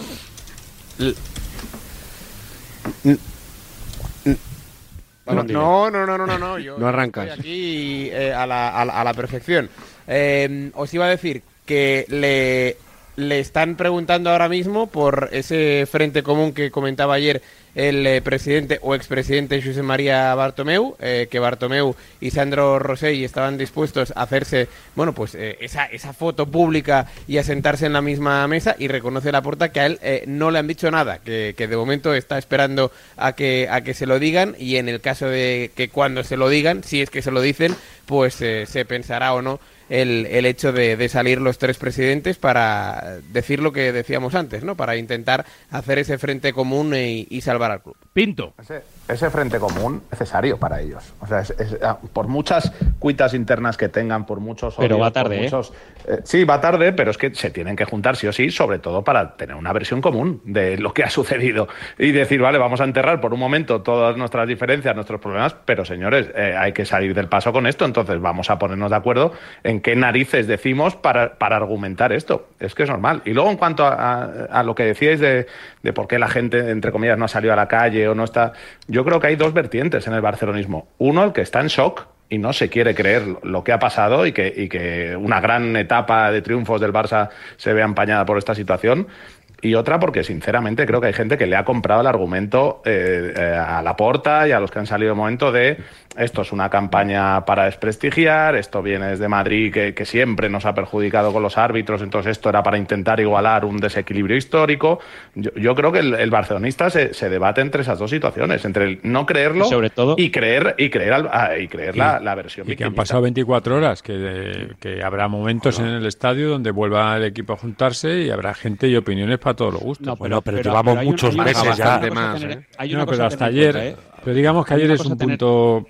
No, no, no, no, no, no, yo no arrancas. Estoy aquí eh, a, la, a, la, a la perfección. Eh, os iba a decir que le, le están preguntando ahora mismo por ese frente común que comentaba ayer el eh, presidente o expresidente José María Bartomeu, eh, que Bartomeu y Sandro Rosell estaban dispuestos a hacerse, bueno, pues eh, esa, esa foto pública y a sentarse en la misma mesa, y reconoce Laporta que a él eh, no le han dicho nada, que, que de momento está esperando a que, a que se lo digan, y en el caso de que cuando se lo digan, si es que se lo dicen, pues eh, se pensará o no el, el hecho de, de salir los tres presidentes para decir lo que decíamos antes, ¿no? Para intentar hacer ese frente común y, y salvar al club. Pinto. Ese, ese frente común es necesario para ellos. O sea, es, es, por muchas cuitas internas que tengan, por muchos odios, pero va tarde, por muchos, ¿eh? Eh, sí, va tarde, pero es que se tienen que juntar sí o sí, sobre todo para tener una versión común de lo que ha sucedido y decir, vale, vamos a enterrar por un momento todas nuestras diferencias, nuestros problemas, pero señores, eh, hay que salir del paso con esto, entonces vamos a ponernos de acuerdo en qué narices decimos para, para argumentar esto. Es que es normal. Y luego, en cuanto a, a, a lo que decíais de, de por qué la gente, entre comillas, no ha salido a la calle o no está... Yo creo que hay dos vertientes en el barcelonismo. Uno, el que está en shock y no se quiere creer lo que ha pasado y que, y que una gran etapa de triunfos del Barça se vea empañada por esta situación. Y otra porque, sinceramente, creo que hay gente que le ha comprado el argumento eh, eh, a Laporta y a los que han salido de momento de esto es una campaña para desprestigiar, esto viene desde Madrid que, que siempre nos ha perjudicado con los árbitros, entonces esto era para intentar igualar un desequilibrio histórico. Yo, yo creo que el, el barcelonista se, se debate entre esas dos situaciones, entre el no creerlo y, sobre todo, y creer y creer, al, ah, y creer y, la, la versión. Y que han pasado veinticuatro horas, que, que habrá momentos no. en el estadio donde vuelva el equipo a juntarse y habrá gente y opiniones para todos los gustos. No, pero, pero, pero llevamos pero muchos una, meses ya. Más, tener, ¿eh? Hay una no, cosa pero hasta ayer... Cuenta, ¿eh? Pero digamos que hay ayer es un tener, punto...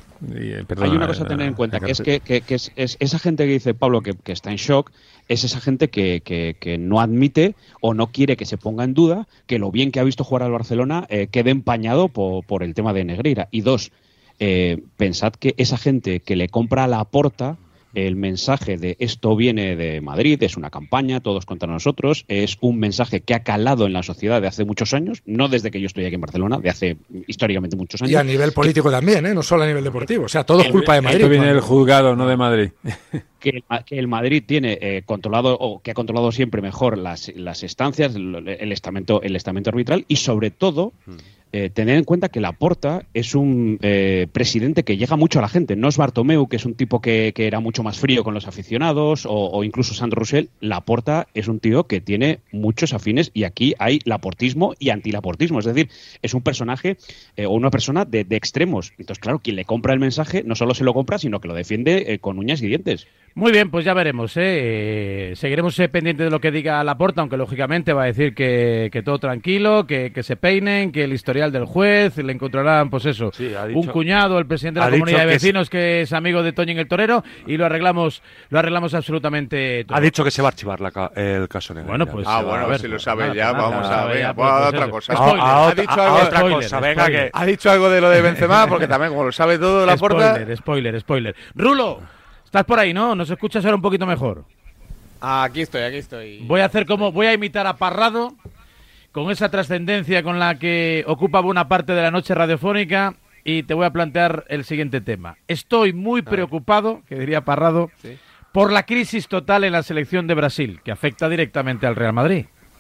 Y, perdona, hay una cosa a tener en cuenta, que es que, que, que es, es esa gente que dice Pablo que, que está en shock, es esa gente que, que, que no admite o no quiere que se ponga en duda que lo bien que ha visto jugar al Barcelona eh, quede empañado por, por el tema de Negreira. Y dos, eh, pensad que esa gente que le compra a Laporta el mensaje de esto viene de Madrid, es una campaña, todos contra nosotros, es un mensaje que ha calado en la sociedad de hace muchos años, no desde que yo estoy aquí en Barcelona, de hace históricamente muchos años. Y a nivel político que, también, ¿eh? No solo a nivel deportivo, o sea, todo es culpa de Madrid. Esto viene del juzgado, no de Madrid. Que el, que el Madrid tiene eh, controlado, o que ha controlado siempre mejor las, las estancias, el, el, estamento, el estamento arbitral, y sobre todo... Eh, tener en cuenta que Laporta es un eh, presidente que llega mucho a la gente. No es Bartomeu, que es un tipo que, que era mucho más frío con los aficionados, o, o incluso Sandro Rosell. Laporta es un tío que tiene muchos afines, y aquí hay laportismo y antilaportismo. Es decir, es un personaje eh, o una persona de, de extremos. Entonces, claro, quien le compra el mensaje no solo se lo compra, sino que lo defiende eh, con uñas y dientes. Muy bien, pues ya veremos, ¿eh? Eh, seguiremos eh, pendientes de lo que diga Laporta, aunque lógicamente va a decir que, que todo tranquilo, que, que se peinen, que el historial del juez, le encontrarán, pues eso, sí, dicho, un cuñado, el presidente de la comunidad de vecinos, que es, que es amigo de Toñín el Torero, y lo arreglamos lo arreglamos absolutamente todo. Ha dicho que se va a archivar la, el caso Negreira. Bueno, pues... Ah, bueno, a ver, si lo sabe ya, nada, vamos nada, a ver, ya, pues, a otra cosa. Spoiler, a, a, ha dicho a, algo, a otra spoiler, cosa, venga, spoiler. que... Ha dicho algo de lo de Benzema, porque también, como lo sabe todo de Laporta... Spoiler, spoiler, spoiler. Rulo, estás por ahí, ¿no? ¿Nos escuchas ahora un poquito mejor? Aquí estoy, aquí estoy. Voy a hacer como... Voy a imitar a Parrado, con esa trascendencia con la que ocupa buena parte de la noche radiofónica, y te voy a plantear el siguiente tema. Estoy muy preocupado, que diría Parrado, sí, por la crisis total en la selección de Brasil, que afecta directamente al Real Madrid.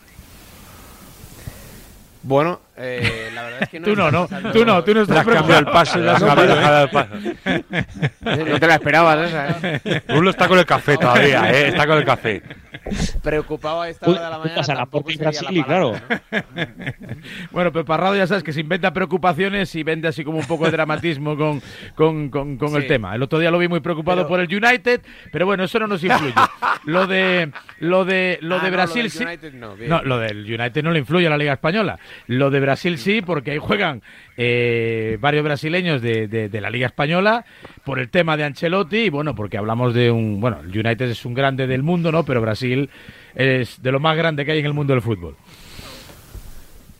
Bueno, eh, la verdad es que no... Tú no, no, tú no, tú no estás preocupado. El paso, ya no, no, el paso. No te la esperabas esa, ¿eh? Rulo está con el café todavía, ¿eh? Está con el café. Preocupado a esta hora de la mañana. Pasará por Brasil, claro. ¿no? Bueno, pero Parrado ya sabes que se inventa preocupaciones y vende así como un poco de dramatismo con, con, con, con sí. el tema. El otro día lo vi muy preocupado pero... por el United, pero bueno, eso no nos influye. Lo de lo de lo ah, de Brasil no, sí. No, no, lo del United no le influye a la Liga Española. Lo de Brasil sí, porque ahí juegan eh, varios brasileños de, de, de la Liga Española por el tema de Ancelotti, y bueno, porque hablamos de un... Bueno, el United es un grande del mundo, ¿no? Pero Brasil es de lo más grande que hay en el mundo del fútbol.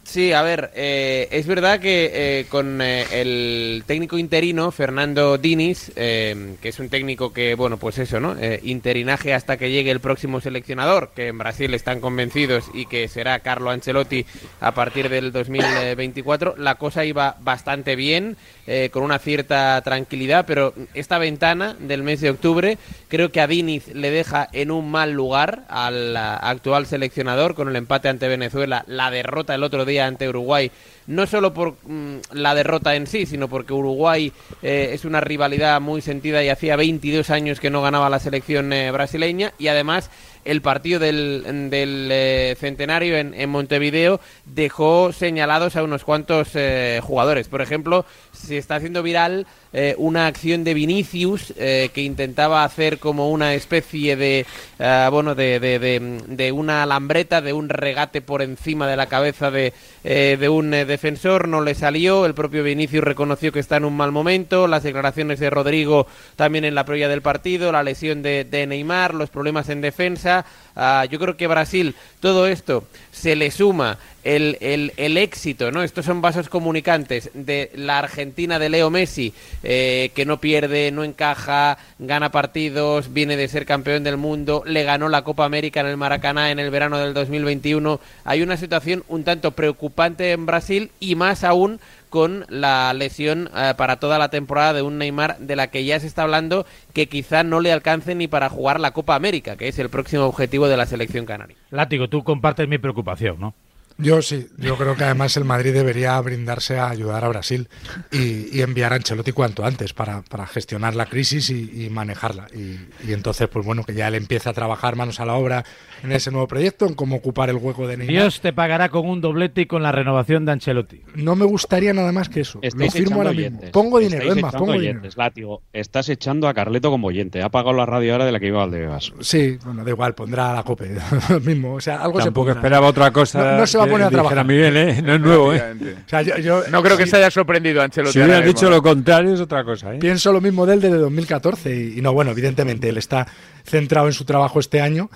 Sí, a ver, eh, es verdad que eh, con eh, el técnico interino, Fernando Diniz, eh, que es un técnico que, bueno, pues eso, ¿no? Eh, interinaje hasta que llegue el próximo seleccionador, que en Brasil están convencidos y que será Carlo Ancelotti a partir del dos mil veinticuatro, la cosa iba bastante bien, eh, con una cierta tranquilidad, pero esta ventana del mes de octubre creo que a Diniz le deja en un mal lugar al actual seleccionador con el empate ante Venezuela, la derrota el otro día ante Uruguay, no solo por mmm, la derrota en sí, sino porque Uruguay eh, es una rivalidad muy sentida y hacía veintidós años que no ganaba la selección eh, brasileña, y además el partido del, del eh, centenario en, en Montevideo dejó señalados a unos cuantos eh, jugadores. Por ejemplo, se está haciendo viral eh, una acción de Vinicius eh, que intentaba hacer como una especie de, uh, bueno, de, de, de, de una alambreta, de un regate por encima de la cabeza de, eh, de un eh, defensor, no le salió. El propio Vinicius reconoció que está en un mal momento. Las declaraciones de Rodrigo también en la previa del partido, la lesión de, de Neymar, los problemas en defensa. Uh, yo creo que Brasil, todo esto se le suma el, el, el éxito, ¿no? Estos son vasos comunicantes de la Argentina de Leo Messi, eh, que no pierde, no encaja, gana partidos, viene de ser campeón del mundo, le ganó la Copa América en el Maracaná en el verano del dos mil veintiuno. Hay una situación un tanto preocupante en Brasil, y más aún con la lesión eh, para toda la temporada de un Neymar, de la que ya se está hablando que quizá no le alcance ni para jugar la Copa América, que es el próximo objetivo de la selección canaria. Látigo, tú compartes mi preocupación, ¿no? Yo sí, yo creo que además el Madrid debería brindarse a ayudar a Brasil y, y enviar a Ancelotti cuanto antes para, para gestionar la crisis y, y manejarla. Y, y entonces, pues bueno, que ya él empiece a trabajar manos a la obra en ese nuevo proyecto, en cómo ocupar el hueco de Neymar. Dios te pagará con un doblete y con la renovación de Ancelotti. No me gustaría nada más que eso. Estáis Lo firmo ahora mismo. Oyentes. Pongo dinero, Estáis es más, pongo oyentes, dinero. Látigo, estás echando a Carleto como oyente. Ha apagado la radio ahora de la que iba al de Vivas. Sí, bueno, da igual, pondrá la COPE. Lo mismo, o sea, algo Tampoco se pondrá. esperaba otra cosa. No, no se va a poner a trabajar. Miguel, ¿eh? No es nuevo, ¿eh? O sea, yo, yo, no creo que sí, se haya sorprendido Ancelotti. Si hubieran dicho lo contrario es otra cosa, ¿eh? Pienso lo mismo de él desde dos mil catorce y, y no, bueno, evidentemente él está centrado en su trabajo este año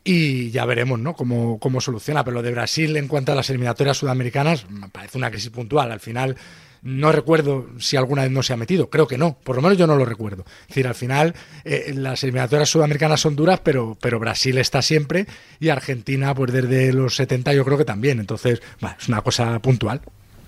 y ya veremos, ¿no? Cómo, cómo soluciona. Pero lo de Brasil en cuanto a las eliminatorias sudamericanas me parece una crisis puntual. Al final no recuerdo si alguna vez no se ha metido, creo que no, por lo menos yo no lo recuerdo. Es decir, al final eh, las eliminatorias sudamericanas son duras, pero, pero Brasil está siempre y Argentina pues desde los setenta yo creo que también. Entonces, bueno, es una cosa puntual.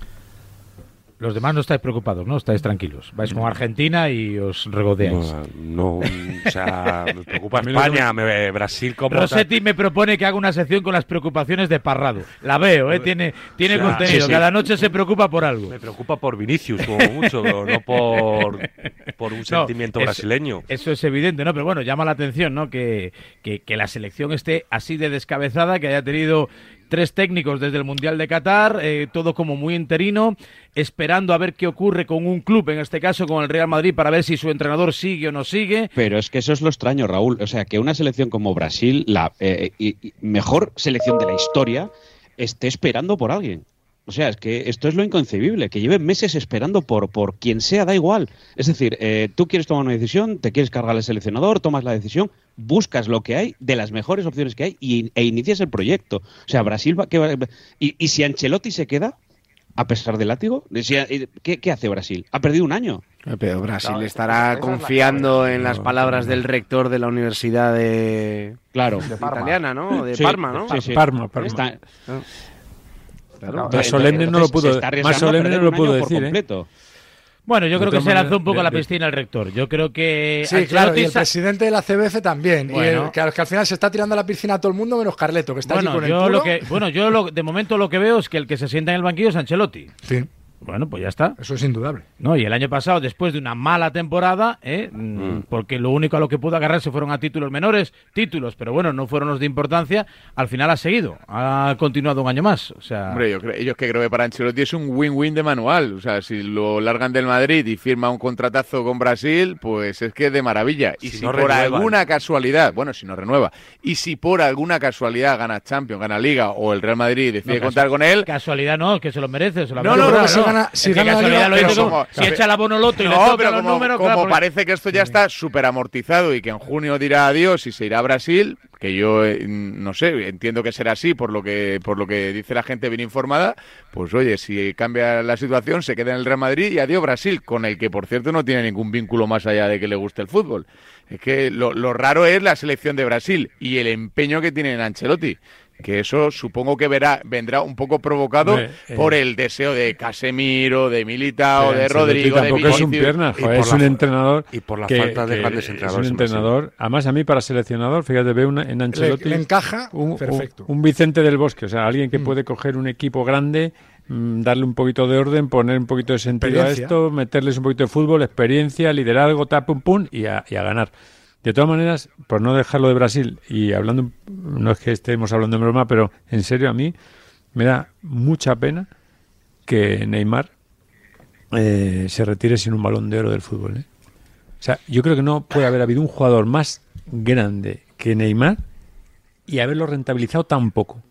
Los demás no estáis preocupados, ¿no? Estáis tranquilos. Vais con Argentina y os regodeáis. No, no o sea, me preocupa España, me, Brasil como... Rossetti me propone que haga una sección con las preocupaciones de Parrado. La veo, ¿eh? Tiene, tiene o sea, contenido. Sí, sí. Cada noche se preocupa por algo. Me preocupa por Vinicius, como mucho, no por, por un no, sentimiento eso, brasileño. Eso es evidente, ¿no? Pero bueno, llama la atención, ¿no? Que, que, que la selección esté así de descabezada, que haya tenido tres técnicos desde el Mundial de Qatar, eh, todo como muy interino, esperando a ver qué ocurre con un club, en este caso con el Real Madrid, para ver si su entrenador sigue o no sigue. Pero es que eso es lo extraño, Raúl. O sea, que una selección como Brasil, la eh, y, y mejor selección de la historia, esté esperando por alguien. O sea, es que esto es lo inconcebible, que lleven meses esperando por, por quien sea, da igual. Es decir, eh, tú quieres tomar una decisión, te quieres cargar al seleccionador, tomas la decisión, buscas lo que hay, de las mejores opciones que hay, y, e inicias el proyecto. O sea, Brasil va... Que va y, y si Ancelotti se queda, a pesar del látigo, ¿qué, qué hace Brasil? Ha perdido un año. Pero Brasil no, estará confiando en las palabras del rector de la Universidad de... Claro. De Italiana, ¿no? De sí, Parma, ¿no? Sí, sí. Parma, Parma. Está... Claro. Más solemne no lo pudo, más solemne no lo pudo decir, ¿eh? Bueno, yo de creo que se lanzó un poco de, a la de, piscina el rector. Yo creo que... Sí, claro, y el presidente de la C B F también. Bueno. Y el, que, que al final se está tirando a la piscina a todo el mundo menos Carleto, que está bueno, allí con yo el culo. Lo que, bueno, yo lo, de momento lo que veo es que el que se sienta en el banquillo es Ancelotti. Sí. Bueno, pues ya está. Eso es indudable. No, y el año pasado, después de una mala temporada, ¿eh? mm. porque lo único a lo que pudo agarrarse fueron a títulos menores, títulos, pero bueno, no fueron los de importancia, al final ha seguido, ha continuado un año más. O sea... Hombre, yo, creo, yo es que creo que para Ancelotti es un win-win de manual. O sea, si lo largan del Madrid y firma un contratazo con Brasil, pues es que es de maravilla. Y si, si no por renuevan. alguna casualidad, bueno, si no renueva, y si por alguna casualidad gana Champions, gana Liga, o el Real Madrid decide no, contar con él... Casualidad no, que se lo merece. Se lo no, merece. no, no, no, gana, si Es que gana la casualidad Liga, lo dice pero como- como- si echa la Bonoloto y le No, toca pero los como, números, como claro, porque- parece que esto ya está súper amortizado y que en junio dirá adiós y se irá a Brasil, que yo eh, no sé, entiendo que será así por lo que por lo que dice la gente bien informada, pues oye, si cambia la situación, se queda en el Real Madrid y adiós Brasil, con el que por cierto no tiene ningún vínculo más allá de que le guste el fútbol. Es que lo, lo raro es la selección de Brasil y el empeño que tiene en Ancelotti. Que eso supongo que verá, vendrá un poco provocado Hombre, eh. por el deseo de Casemiro, de Militao, de Ancelotti Rodrigo, de tampoco Vinicius. es un pierna, y joder, por es la un fa- entrenador y por la que- falta de que grandes es entrenadores un en Brasil. entrenador, además a mí para seleccionador, fíjate, veo una, en Ancelotti le encaja un, un- perfecto. un Vicente del Bosque, o sea, alguien que Mm. puede coger un equipo grande, mm, darle un poquito de orden, poner un poquito de sentido a Experiencia. esto, meterles un poquito de fútbol, experiencia, liderazgo, tap, pum, pum, y a, y a ganar. De todas maneras, por no dejarlo de Brasil, y hablando, no es que estemos hablando de broma, pero en serio a mí me da mucha pena que Neymar eh, se retire sin un Balón de Oro del fútbol. ¿eh? O sea, yo creo que no puede haber habido un jugador más grande que Neymar y haberlo rentabilizado tan poco.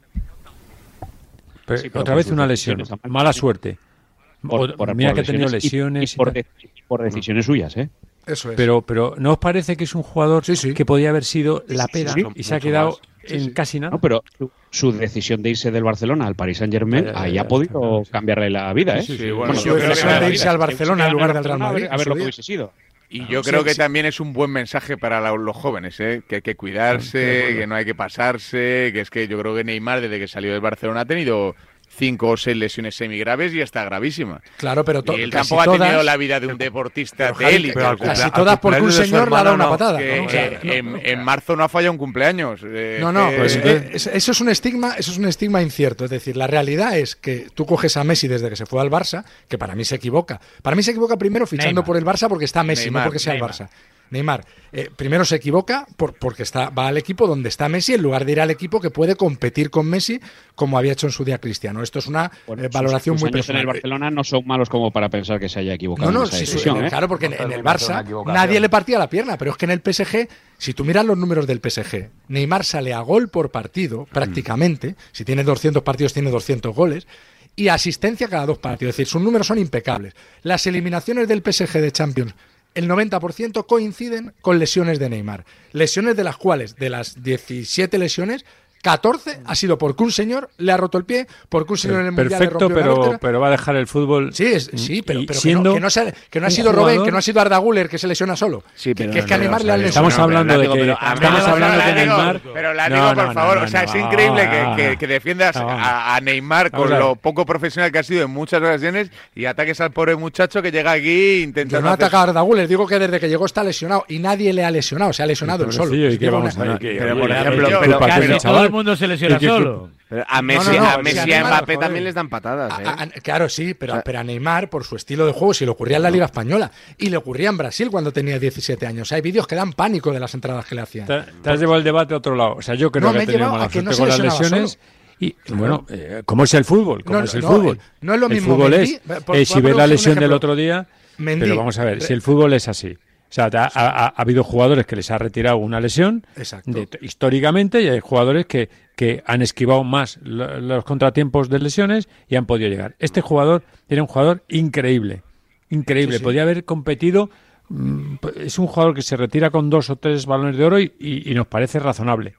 Pero Sí, pero otra por vez sus una lesión, decisiones, Amal. mala suerte. Por- O- por- mira por que ha tenido lesiones lesiones y, y por, tal. de- y por decisiones suyas, ¿eh? Eso es. Pero, pero ¿no os parece que es un jugador Sí, sí. que podía haber sido la pera sí, y se ha mucho quedado más. Sí, en sí. casi nada? No, pero su, su decisión de irse del Barcelona al Paris Saint Germain, Ya, ya, ahí ya, ha podido claro, sí. cambiarle la vida, ¿eh? Sí, sí, sí, bueno, Bueno, su yo creo que decisión la de vida, irse al si Barcelona en hubiese lugar ganado del Real a ver- Madrid, A ver en lo su que día. hubiese sido. Y yo Sí, creo que sí. también es un buen mensaje para la- los jóvenes, ¿eh? Que hay que cuidarse, que no hay que pasarse, que es que yo creo que Neymar desde que salió del Barcelona ha tenido cinco o seis lesiones semigraves y está gravísima. Claro, pero to- Y él casi tampoco ha tenido todas- la vida de un deportista de Javi, élite. pero al o sea, casi cumplea- todas al porque un cumpleaños de su señor le ha dado una hermano, no. patada. que, ¿no? O sea, eh, no- en, en marzo no ha fallado un cumpleaños. eh, No, no, que- pues, eh, eh, es- eso es un estigma, eso es un estigma incierto. Es decir, la realidad es que tú coges a Messi desde que se fue al Barça, que para mí se equivoca. Para mí se equivoca primero fichando Neymar. por el Barça porque está Messi, Neymar, no porque sea Neymar. el Barça. Neymar, eh, primero se equivoca por, porque está, va al equipo donde está Messi en lugar de ir al equipo que puede competir con Messi como había hecho en su día Cristiano. Esto es una Bueno, eh, sus- valoración sus muy años en personal. el Barcelona no son malos como para pensar que se haya equivocado No, no, en esa sí, su- decisión, en el- ¿eh? claro, porque en, No todo en el el mundo hace una Barça equivocación. nadie le partía la pierna, pero es que en el P S G, si tú miras los números del P S G, Neymar sale a gol por partido, prácticamente, si tiene doscientos partidos, tiene doscientos goles, y asistencia cada dos partidos, es decir, sus números son impecables. Las eliminaciones del P S G de Champions, el noventa por ciento coinciden con lesiones de Neymar. Lesiones de las cuales, de las diecisiete lesiones, catorce ha sido porque un señor le ha roto el pie, porque un señor en el Mundial le Perfecto, rompió la pero, vértebra. pero va a dejar el fútbol. Sí, es- sí, pero, y pero que, siendo no, que no se- que no ha un sido Robben, jugador- que no ha sido Arda Güler, que se lesiona solo. Sí, que, pero que es que a no, Neymar no, le han no, lesionado. Estamos hablando de Látigo, que pero a mí estamos me hablando gusta que Látigo, Neymar. Pero Látigo, No, por no, favor, no, o sea, no, es no, increíble que, no, que- que defiendas no, a, a Neymar Vamos con a ver. lo poco profesional que ha sido en muchas ocasiones y ataques al pobre muchacho que llega aquí Yo intentando no he hacer- atacado a Arda Güler, digo que desde que llegó está lesionado y nadie le ha lesionado, se ha lesionado él solo. Pobrecillo, ¿y Es qué que vamos una- a ver? Que- pero, oye, por que- ejemplo, que pero- culpa pero- tiene el todo chaval. el mundo se lesiona Y que- solo. Pero a Messi, no, no, a sí, Messi a y a Neymar, Mbappé joder. también les dan patadas, ¿eh? A- a- claro, sí, pero, pero a Neymar, por su estilo de juego, si le ocurría en la Liga Española y le ocurría en Brasil cuando tenía diecisiete años. Hay vídeos que dan pánico de las entradas que le hacían. Te, te has llevado el debate a otro lado. O sea, yo creo No, que me ha he tenido llevado mala a que no suerte se con las lesionaba lesiones. Y bueno, eh, ¿cómo es el fútbol? ¿Cómo No, es el no, fútbol? eh, no es lo el mismo fútbol Mendy, es, por- eh, por si ves poneros la un lesión del ejemplo. otro día, Mendy, pero vamos a ver, re- si el fútbol es así. O sea, ha, ha- ha habido jugadores que les ha retirado una lesión Exacto. de- históricamente y hay jugadores que, que han esquivado más lo- los contratiempos de lesiones y han podido llegar. Este jugador era un jugador increíble, increíble. Sí, sí. Podía haber competido. mm, Es un jugador que se retira con dos o tres balones de oro y, y- y nos parece razonable.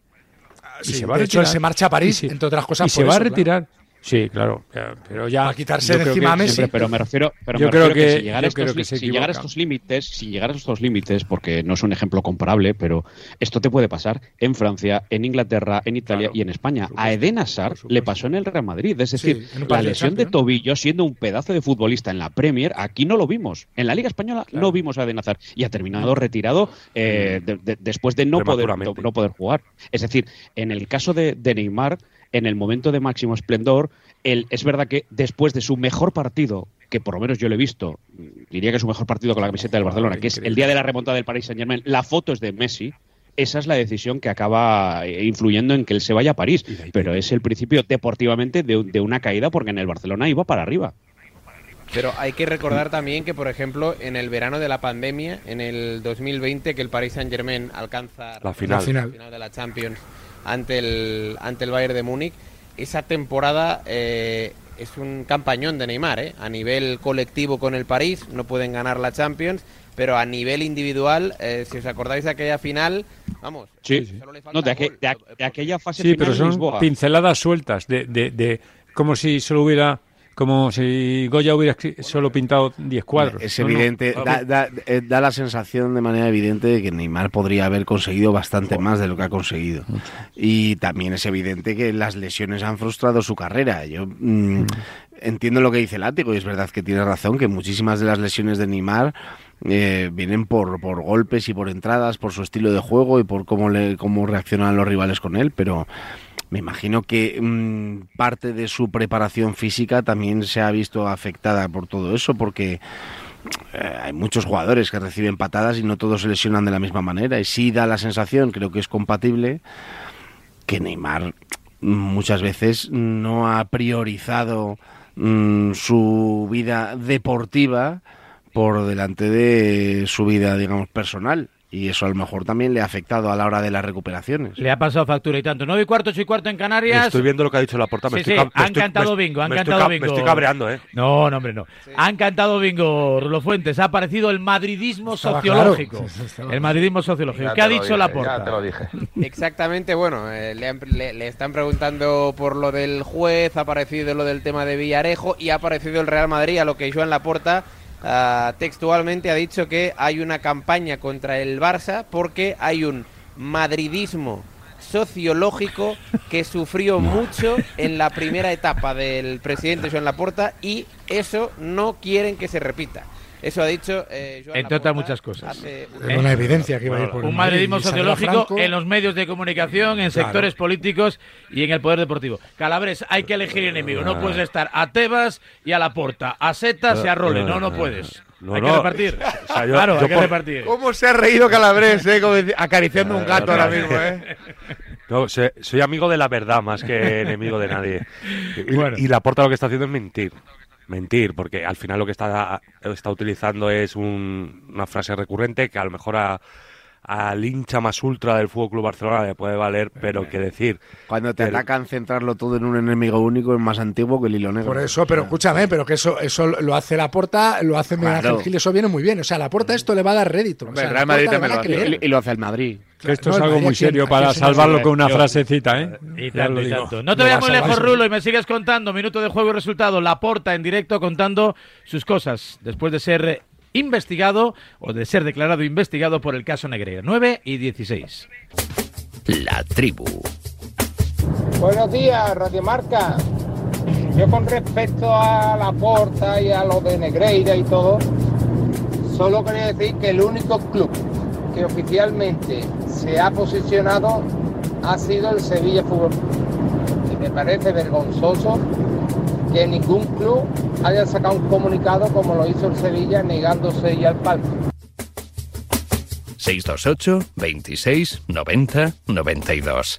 Y Sí, se va a de hecho, él retirar. se marcha a París, Y se- entre otras cosas, Y se por va a eso, retirar. Sí, claro, ya, pero ya. Para quitarse yo de creo encima que a Messi. Siempre, pero me refiero, pero Yo me creo refiero que, que- si llegar, yo a estos, creo que li- se si llegar a equivoca. estos límites, si llegar a estos límites, porque no es un ejemplo comparable, pero esto te puede pasar en Francia, en Inglaterra, en Italia Claro, y en España. por A supuesto, Eden Hazard por supuesto. le pasó en el Real Madrid, es decir, Sí, en un la partido de lesión de Champions. tobillo siendo un pedazo de futbolista en la Premier, aquí no lo vimos. En la Liga Española Claro. no vimos a Eden Hazard y ha terminado retirado eh, de- de- después de no poder, Prematuramente. no poder jugar. Es decir, en el caso de, de Neymar, en el momento de máximo esplendor, él, es verdad que después de su mejor partido, que por lo menos yo lo he visto, diría que es su mejor partido con la camiseta del Barcelona, que es el día de la remontada del Paris Saint-Germain, la foto es de Messi, esa es la decisión que acaba eh, influyendo en que él se vaya a París. Y de ahí Pero te- es el principio deportivamente de, de una caída porque en el Barcelona iba para arriba. Pero hay que recordar también que, por ejemplo, en el verano de la pandemia, en el dos mil veinte, que el Paris Saint-Germain alcanza La final. La final. de la Champions ante el, ante el Bayern de Múnich, esa temporada eh, es un campañón de Neymar, ¿eh? A nivel colectivo con el París, no pueden ganar la Champions, pero a nivel individual, eh, si os acordáis de aquella final, vamos, sí, solo le falta no, de, aqu gol. de, aqu de aquella fase sí, final pero son Lisboa. pinceladas sueltas, de, de, de como si solo hubiera... Como si Goya hubiera solo pintado diez cuadros. Es no, evidente, no. da, da, da la sensación de manera evidente de que Neymar podría haber conseguido bastante más de lo que ha conseguido. Y también es evidente que las lesiones han frustrado su carrera. Yo mmm, entiendo lo que dice Látigo y es verdad que tiene razón, que muchísimas de las lesiones de Neymar eh, vienen por, por golpes y por entradas, por su estilo de juego y por cómo, le, cómo reaccionan los rivales con él, pero... Me imagino que mmm, parte de su preparación física también se ha visto afectada por todo eso, porque eh, hay muchos jugadores que reciben patadas y no todos se lesionan de la misma manera. Y sí da la sensación, creo que es compatible, que Neymar muchas veces no ha priorizado mmm, su vida deportiva por delante de su vida, digamos, personal. Y eso a lo mejor también le ha afectado a la hora de las recuperaciones. Le ha pasado factura y tanto. nueve y cuarto, ocho y cuarto en Canarias. Estoy viendo lo que ha dicho Laporta. Me sí, estoy, sí, me han estoy, cantado me, bingo, han me cantado estoy, bingo. Me estoy cabreando, ¿eh? No, no, hombre, no. Sí. Han cantado bingo, Rulo Fuentes. Ha aparecido el madridismo Estaba sociológico. Claro. Sí, sí, el madridismo sociológico. Ya ¿Qué ha dicho dije, Laporta? Ya te lo dije. Exactamente, bueno, eh, le, han, le, le están preguntando por lo del juez, ha aparecido lo del tema de Villarejo y ha aparecido el Real Madrid, a lo que Joan Laporta... Uh, textualmente ha dicho que hay una campaña contra el Barça porque hay un madridismo sociológico que sufrió mucho en la primera etapa del presidente Joan Laporta y eso no quieren que se repita. Eso ha dicho eh, Joan entre otras Laporta muchas cosas. Hace... Es una evidencia que iba a ir por un madridismo sociológico en los medios de comunicación, en claro. sectores políticos y en el poder deportivo. Calabres, hay que elegir enemigo. No puedes estar a Tebas y a Laporta, a Setas y a Rolle. No, no puedes. No, hay no. que repartir. O sea, yo, claro, yo hay que por... repartir. ¿Cómo se ha reído Calabres, eh? Como acariciando un gato ahora mismo, eh? No, soy, soy amigo de la verdad más que enemigo de nadie. Y, bueno. y Laporta lo que está haciendo es mentir. Mentir, porque al final lo que está, está utilizando es un, una frase recurrente que a lo mejor a, al hincha más ultra del F C Barcelona le puede valer, pero que decir... Cuando te pero... atacan centrarlo todo en un enemigo único es más antiguo que el hilo negro. Por eso, pero escúchame, pero que eso eso lo hace Laporta, lo hace Miguel Ángel Gil, eso viene muy bien. O sea, Laporta esto le va a dar rédito. O sea, el Real Madrid también lo hace. Y lo hace el Madrid. Que esto no, es algo muy serio para salvarlo con una frasecita, ¿eh? Y tanto, y tanto. No te vayas muy lejos, Rulo, y me sigues contando. Minuto de juego y resultado. Laporta en directo contando sus cosas después de ser investigado o de ser declarado investigado por el caso Negreira. nueve y dieciséis. La tribu. Buenos días, Radio Marca. Yo con respecto a Laporta y a lo de Negreira y todo, solo quería decir que el único club que oficialmente se ha posicionado ha sido el Sevilla Fútbol Club. Y me parece vergonzoso que ningún club haya sacado un comunicado como lo hizo el Sevilla negándose ya al palco. seis dos ocho, veintiséis, noventa, noventa y dos.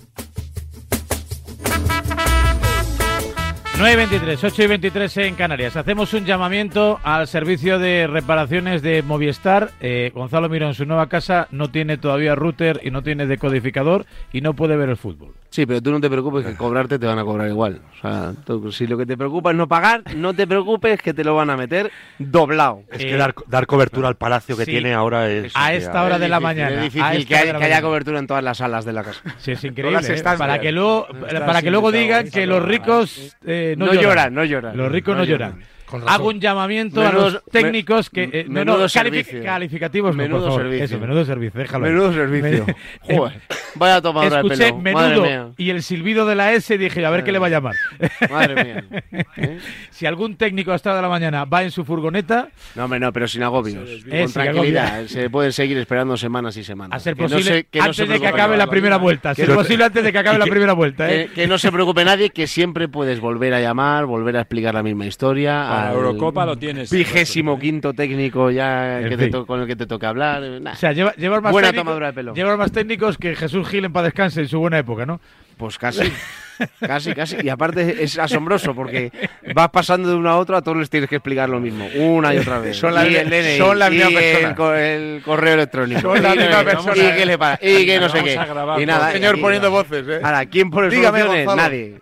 nueve y veintitrés, ocho y veintitrés en Canarias. Hacemos un llamamiento al servicio de reparaciones de Movistar. Eh, Gonzalo Miró en su nueva casa no tiene todavía router y no tiene decodificador y no puede ver el fútbol. Sí, pero tú no te preocupes que cobrarte te van a cobrar igual. O sea, tú, si lo que te preocupa es no pagar, no te preocupes que te lo van a meter doblado. Es eh, que dar, dar cobertura al palacio que sí, tiene ahora es... A esta hora de la difícil, mañana. Es difícil que, hay, que haya cobertura en todas las salas de la casa. Sí, es increíble. ¿eh? Para que luego, para que luego digan que los ricos eh, no, no lloran. lloran. No lloran. Los ricos no, no lloran. lloran. Hago un llamamiento menudo, a los técnicos que eh, menudo no, servicio. Calificativos, menudo no, por favor. servicio. Eso, menudo servicio, déjalo. Menudo servicio. Joder. Vaya tomadura de pelo. Escuché menudo y el silbido de la S y dije, a ver Madre qué le va a llamar. Madre mía. ¿Eh? Si algún técnico a esta hora de la mañana va en su furgoneta... No, hombre, no, pero sin agobios. Eh, con sin tranquilidad. agobios. Se pueden seguir esperando semanas y semanas. A ser que posible, no se, que no antes de que acabe la primera vuelta. A ser no, posible antes de que acabe la primera vuelta. ¿eh? Que, que no se preocupe nadie, que siempre puedes volver a llamar, volver a explicar la misma historia. Para la Eurocopa lo tienes. Vigésimo quinto técnico ya que te to, con el que te toca hablar. Nah. O sea, lleva, llevar más buena técnico, tomadura de pelo. Llevar más técnicos que Jesús Gil en paz descanse en su buena época, ¿no? Pues casi. Casi, casi. Y aparte es asombroso porque vas pasando de uno a otro, a todos les tienes que explicar lo mismo, una y otra vez. Son las mismas personas. El, el correo electrónico. Son las mismas personas. Y que le para, y que no sé qué. Y nada. Señor poniendo voces, ¿eh? Ahora, ¿quién pone Dígame, soluciones? Gonzalo. Nadie. Nada,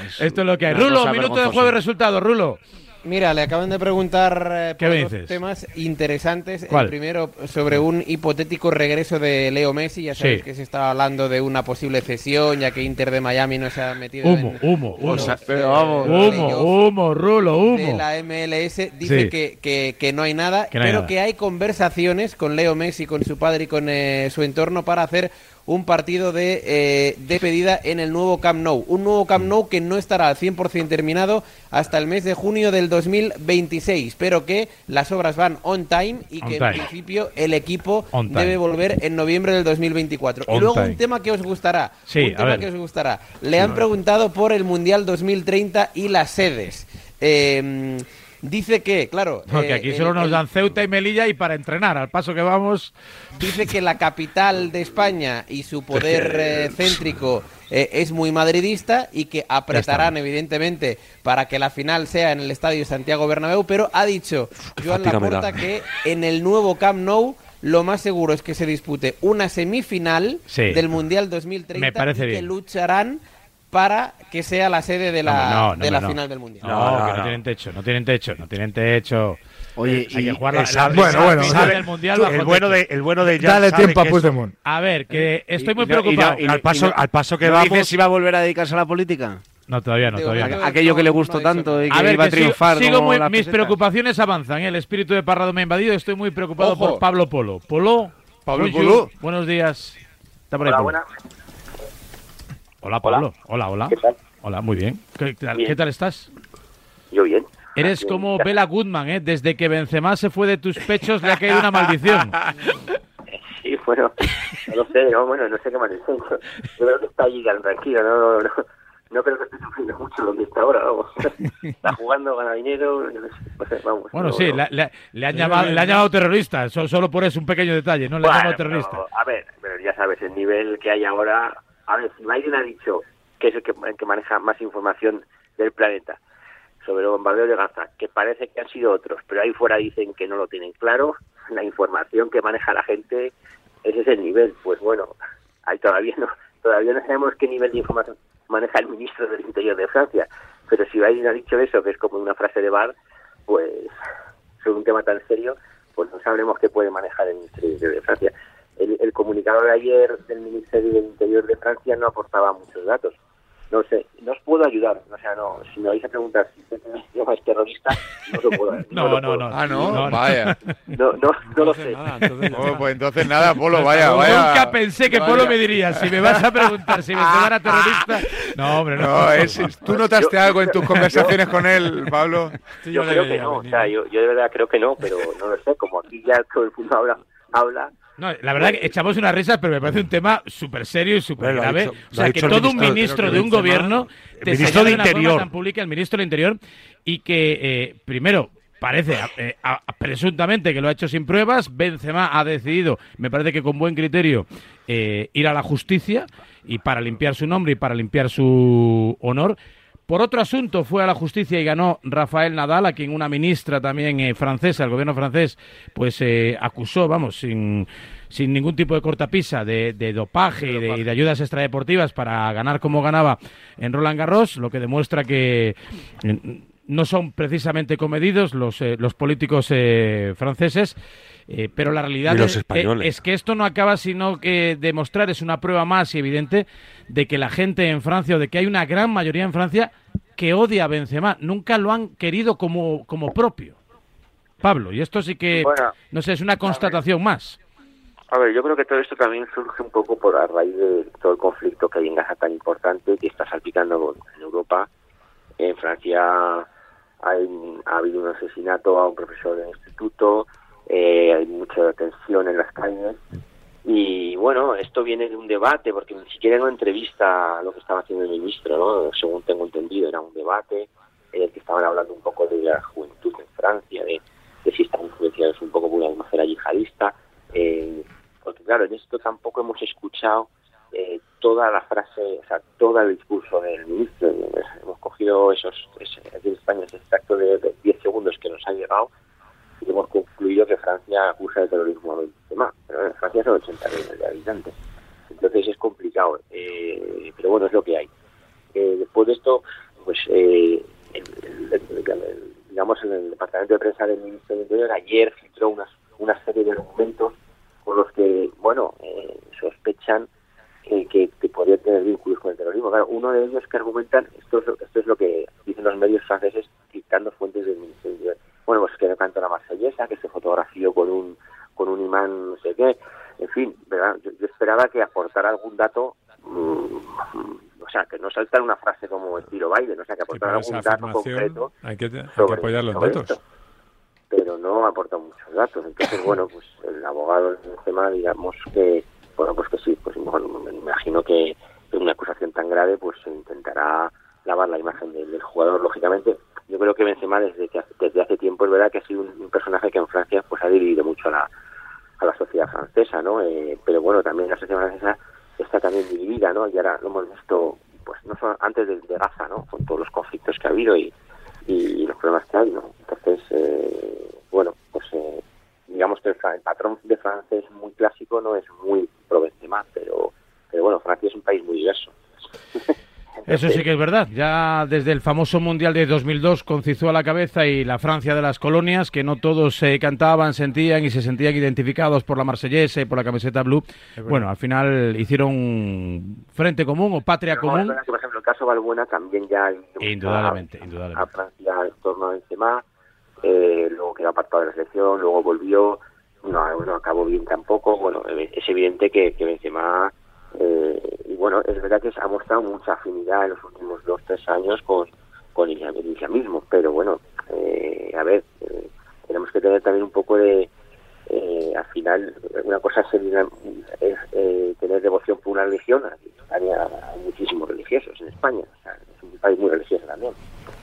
es Esto es lo que hay. una Rulo, cosa minuto de vergonzosa. juego y resultado, Rulo. Mira, le acaban de preguntar eh, ¿Qué por me dos dices? temas interesantes. ¿Cuál? El primero sobre un hipotético regreso de Leo Messi. Ya sabéis Sí. que se estaba hablando de una posible cesión, ya que Inter de Miami no se ha metido Humo, en... humo, humo. O sea, pero vamos. Humo, humo, Rulo, de humo. la M L S dice Sí. que, que, que no hay nada, Que no hay pero nada. que hay conversaciones con Leo Messi, con su padre y con eh, su entorno para hacer un partido de eh, despedida en el nuevo Camp Nou. Un nuevo Camp Nou que no estará al cien por ciento terminado hasta el mes de junio del dos mil veintiséis, pero que las obras van on time y On que time. en principio el equipo On time. debe volver en noviembre del dos mil veinticuatro. On y luego time. un tema que os gustará. Sí, un a tema ver. que os gustará. Le han preguntado por el Mundial dos mil treinta y las sedes. Eh, Dice que, claro... No, que eh, aquí el- solo nos el- dan Ceuta y Melilla y para entrenar, al paso que vamos... Dice que la capital de España y su poder eh, céntrico eh, es muy madridista y que apretarán, evidentemente, para que la final sea en el Estadio Santiago Bernabéu, pero ha dicho Joan fatiga me Laporta da. que en el nuevo Camp Nou lo más seguro es que se dispute una semifinal Sí. del Mundial dos mil treinta Me parece y que bien. lucharán para que sea la sede de la, No, no, no, de la no. final del Mundial. No, No, que no, no, no. tienen techo, no tienen techo, no tienen techo. Oye, Hay y que jugar la, esa- la- bueno, la bueno, final sabe- del Mundial tú- bajo El bueno techo. de, el bueno de Jan Dale sabe tiempo a que eso- Puigdemont. A ver, que estoy y- muy y no- y no- preocupado. y al paso, al paso que ¿No vamos... dice si va a volver a dedicarse a la política? No, todavía no, Digo, todavía no, no. Aquello que le no, gustó no ha dicho tanto y que A ver, iba a que sigo, triunfar sigo como muy- las mis pesetas. preocupaciones avanzan. ¿eh? El espíritu de Parrado me ha invadido. Estoy muy preocupado Ojo. por Pablo Polo. Polo. Pablo bonjour, Polo. Buenos días. Está por ahí, Hola, Polo. buenas. Hola, Pablo. Hola, hola. ¿Qué tal? Hola, muy bien. ¿Qué tal, Bien. ¿qué tal estás? Yo bien. Eres Bien. como Bella Goodman, ¿eh? Desde que Benzema se fue de tus pechos le ha caído una maldición. Sí, bueno, no lo sé, no, bueno, no sé qué más decir. Yo creo que está allí tan tranquilo, no, no, no, no creo que esté sufriendo mucho donde está ahora, vamos. Está jugando, gana dinero, no sé, no sé, vamos. Bueno, no, sí, no. le, le- le han llamado, le han llamado terrorista. So- solo por eso, un pequeño detalle. No le han Bueno, llamado terrorista. pero, a ver, pero ya sabes, el nivel que hay ahora... A ver, si Biden ha dicho que es el que, el que maneja más información del planeta sobre el bombardeo de Gaza, que parece que han sido otros, pero ahí fuera dicen que no lo tienen claro, la información que maneja la gente, ese es el nivel. Pues bueno, ahí todavía no todavía no sabemos qué nivel de información maneja el ministro del Interior de Francia, pero si Biden ha dicho eso, que es como una frase de bar, pues sobre un tema tan serio, pues no sabremos qué puede manejar el Ministerio del Interior de Francia. El, el comunicado de ayer del Ministerio del Interior de Francia no aportaba muchos datos. No sé, no os puedo ayudar. O sea, no, si me vais a preguntar si yo es terrorista, no os lo puedo ayudar. No, lo no, puedo. no. Ah, no, No, no. vaya. No, no, no lo sé. Nada, entonces ya Oh, está. pues entonces nada, Polo, vaya, vaya. Nunca pensé que Vaya. Polo me diría, si me vas a preguntar si Benzema era terrorista... No, hombre, no. No, es, es- ¿tú notaste Yo- algo en tus conversaciones con él, Pablo? Sí, Yo le creo que veía no, o venir. sea, yo, yo de verdad creo que no, pero no lo sé. Como aquí ya todo el mundo habla, habla No, la verdad que echamos unas risas, pero me parece un tema súper serio y súper Lo ha grave. dicho- O lo sea, ha que dicho el todo un ministro- ministro creo que de un Benzema- gobierno te el ministro señale de de una forma Interior. tan pública, el ministro del Interior, y que, eh, primero, parece eh, a- a- presuntamente que lo ha hecho sin pruebas. Benzema ha decidido, me parece que con buen criterio, eh, ir a la justicia y para limpiar su nombre y para limpiar su honor. Por otro asunto, fue a la justicia y ganó Rafael Nadal, a quien una ministra también eh, francesa, el gobierno francés, pues eh, acusó, vamos, sin, sin ningún tipo de cortapisa, de, de dopaje y de, y de ayudas extradeportivas para ganar como ganaba en Roland Garros, lo que demuestra que eh, no son precisamente comedidos los, eh, los políticos eh, franceses. Eh, pero la realidad Ni los es, españoles. es que esto no acaba sino que demostrar, es una prueba más y evidente de que la gente en Francia, o de que hay una gran mayoría en Francia que odia a Benzema, nunca lo han querido como, como propio. Pablo, y esto sí que, Bueno, no sé, es una constatación más. A ver, yo creo que todo esto también surge un poco por a raíz de todo el conflicto que hay en Gaza tan importante, que está salpicando en Europa. En Francia hay, ha habido un asesinato a un profesor del instituto, eh, hay mucha tensión en las calles. Y bueno, esto viene de un debate, porque ni siquiera era una entrevista a lo que estaba haciendo el ministro, ¿no? Según tengo entendido, era un debate en el que estaban hablando un poco de la juventud en Francia, de, de si están influenciados un poco por una atmósfera yihadista. Eh, porque claro, en esto tampoco hemos escuchado eh, toda la frase, o sea, todo el discurso del ministro. Hemos cogido esos, ese, aquí en España ese extracto de, de diez segundos que nos ha llegado y hemos concluido que Francia acusa de terrorismo a Benzema, pero en Francia son ochenta millones de habitantes, entonces es complicado, eh, pero bueno, es lo que hay. Eh, después de esto, del Ministerio del Interior ayer filtró una, una serie de documentos por los que, bueno, eh, sospechan que, que, que podría tener vínculos con el terrorismo. Claro, uno de ellos que argumentan, esto es, esto es lo que dicen los medios franceses citando fuentes del Ministerio del Interior. Bueno, pues que no cantó la marsellesa, que se fotografió con un con un imán, no sé qué. En fin, ¿verdad? Yo, yo esperaba que aportara algún dato, mmm, o sea, que no saltara una frase como estilo Biden, o sea, que aportara sí, algún dato concreto. Hay que, hay sobre, que apoyar los datos. Esto. Pero no aporta muchos datos. Entonces, bueno, pues el abogado del tema, digamos que, bueno, pues que sí, pues bueno, me imagino que en una acusación tan grave, pues se intentará lavar la imagen del, del jugador, lógicamente. Yo creo que Benzema desde, que, desde hace tiempo es verdad que ha sido un, un personaje que en Francia pues ha dividido mucho a la, a la sociedad francesa, ¿no? Eh, pero bueno, también la sociedad francesa está también dividida, ¿no? Y ahora lo hemos visto, pues no solo antes de, de Gaza, ¿no? Con todos los conflictos que ha habido y, y, y los problemas que hay, ¿no? Entonces, eh, bueno, pues eh, digamos que el, el patrón de Francia es muy clásico, no es muy pro Benzema, pero, pero bueno, Francia es un país muy diverso. Eso sí que es verdad. Ya desde el famoso Mundial de dos mil dos, con Zizou a la cabeza y la Francia de las colonias, que no todos se eh, cantaban, sentían y se sentían identificados por la marsellesa y por la camiseta blue. Bueno, al final hicieron frente común o patria Pero, común. Bueno, por ejemplo, el caso Balbuena también ya hay Indudablemente, a, indudablemente. a Francia en torno a Benzema, eh, luego quedó apartado de la selección, luego volvió, no, no acabó bien tampoco. Bueno, es evidente que, que Benzema... Eh, y bueno, es verdad que se ha mostrado mucha afinidad en los últimos dos tres años con, con el islamismo, pero bueno, eh, a ver, eh, tenemos que tener también un poco de, eh, al final, una cosa es, ser, es eh, tener devoción por una religión. Hay, hay muchísimos religiosos en España, o sea, es un país muy religioso también.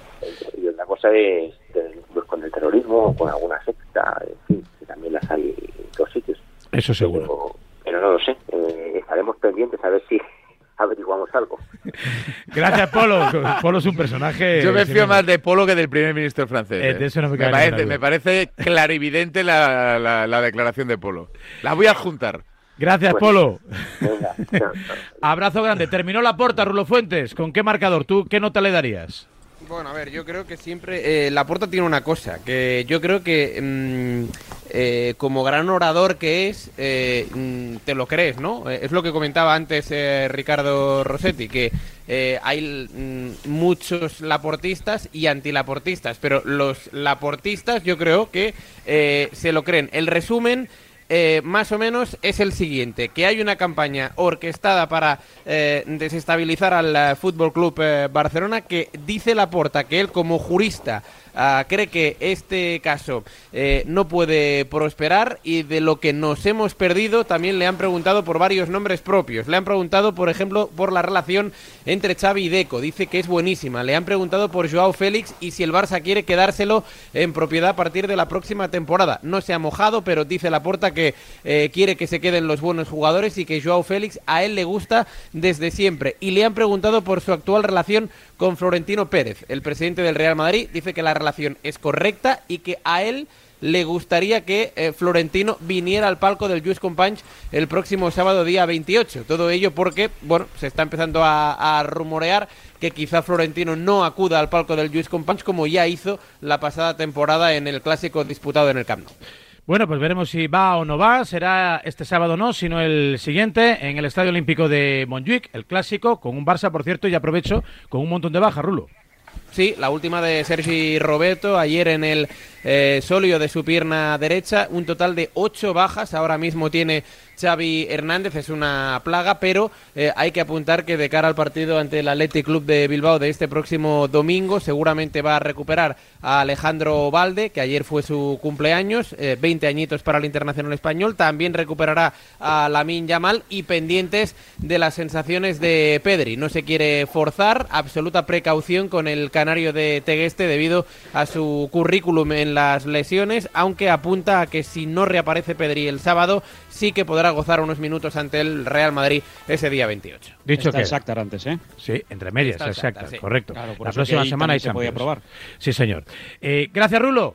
Y otra cosa es tener vínculos con el terrorismo o con alguna secta, en fin, que también las hay en todos sitios. Eso seguro. Pero, pero no lo sé, eh, estaremos pendientes a ver si averiguamos algo. Gracias, Polo. Polo es un personaje... Yo me fío más de Polo que del primer ministro francés. Eh, de eso no me, me, parece, me parece clarividente la, la, la declaración de Polo. La voy a juntar. Gracias, Bueno, Polo. Venga, chao, chao. Abrazo grande. Terminó la Porta, Rulo Fuentes. ¿Con qué marcador? ¿Tú qué nota le darías? Bueno, a ver, yo creo que siempre eh, Laporta tiene una cosa, que yo creo que mmm, eh, como gran orador que es, eh, mmm, te lo crees, ¿no? Eh, es lo que comentaba antes eh, Ricardo Rossetti, que eh, hay mmm, muchos laportistas y antilaportistas, pero los laportistas yo creo que eh, se lo creen. El resumen... Eh, más o menos es el siguiente, que hay una campaña orquestada para eh, desestabilizar al uh, Fútbol Club eh, Barcelona, que dice Laporta que él como jurista uh, cree que este caso eh, no puede prosperar, y de lo que nos hemos perdido también le han preguntado por varios nombres propios. Le han preguntado, por ejemplo, por la relación entre Xavi y Deco, dice que es buenísima. Le han preguntado por Joao Félix y si el Barça quiere quedárselo en propiedad a partir de la próxima temporada. No se ha mojado, pero dice Laporta que que eh, quiere que se queden los buenos jugadores y que Joao Félix a él le gusta desde siempre. Y le han preguntado por su actual relación con Florentino Pérez, el presidente del Real Madrid. Dice que la relación es correcta y que a él le gustaría que eh, Florentino viniera al palco del Lluís Companys el próximo sábado día veintiocho. Todo ello porque, bueno, se está empezando a, a rumorear que quizá Florentino no acuda al palco del Lluís Companys como ya hizo la pasada temporada en el clásico disputado en el Camp Nou. Bueno, pues veremos si va o no va. Será este sábado no, sino el siguiente en el Estadio Olímpico de Montjuic, el clásico, con un Barça, por cierto, y aprovecho, con un montón de bajas, Rulo. Sí, la última de Sergi Roberto, ayer en el eh, sóleo de su pierna derecha, un total de ocho bajas. Ahora mismo tiene Xavi Hernández, es una plaga, pero eh, hay que apuntar que de cara al partido ante el Athletic Club de Bilbao de este próximo domingo, seguramente va a recuperar a Alejandro Balde, que ayer fue su cumpleaños, eh, veinte añitos para el internacional español. También recuperará a Lamine Yamal, y pendientes de las sensaciones de Pedri. No se quiere forzar, absoluta precaución con el canario de Tegueste debido a su currículum en las lesiones, aunque apunta a que si no reaparece Pedri el sábado, sí que podrá gozar unos minutos ante el Real Madrid ese día veintiocho. Dicho Está que el Shakhtar antes, ¿eh? Sí, entre medias, el Shakhtar, sí. Correcto. Claro, la próxima semana hay se podía probar. Sí, señor. Eh, gracias, Rulo.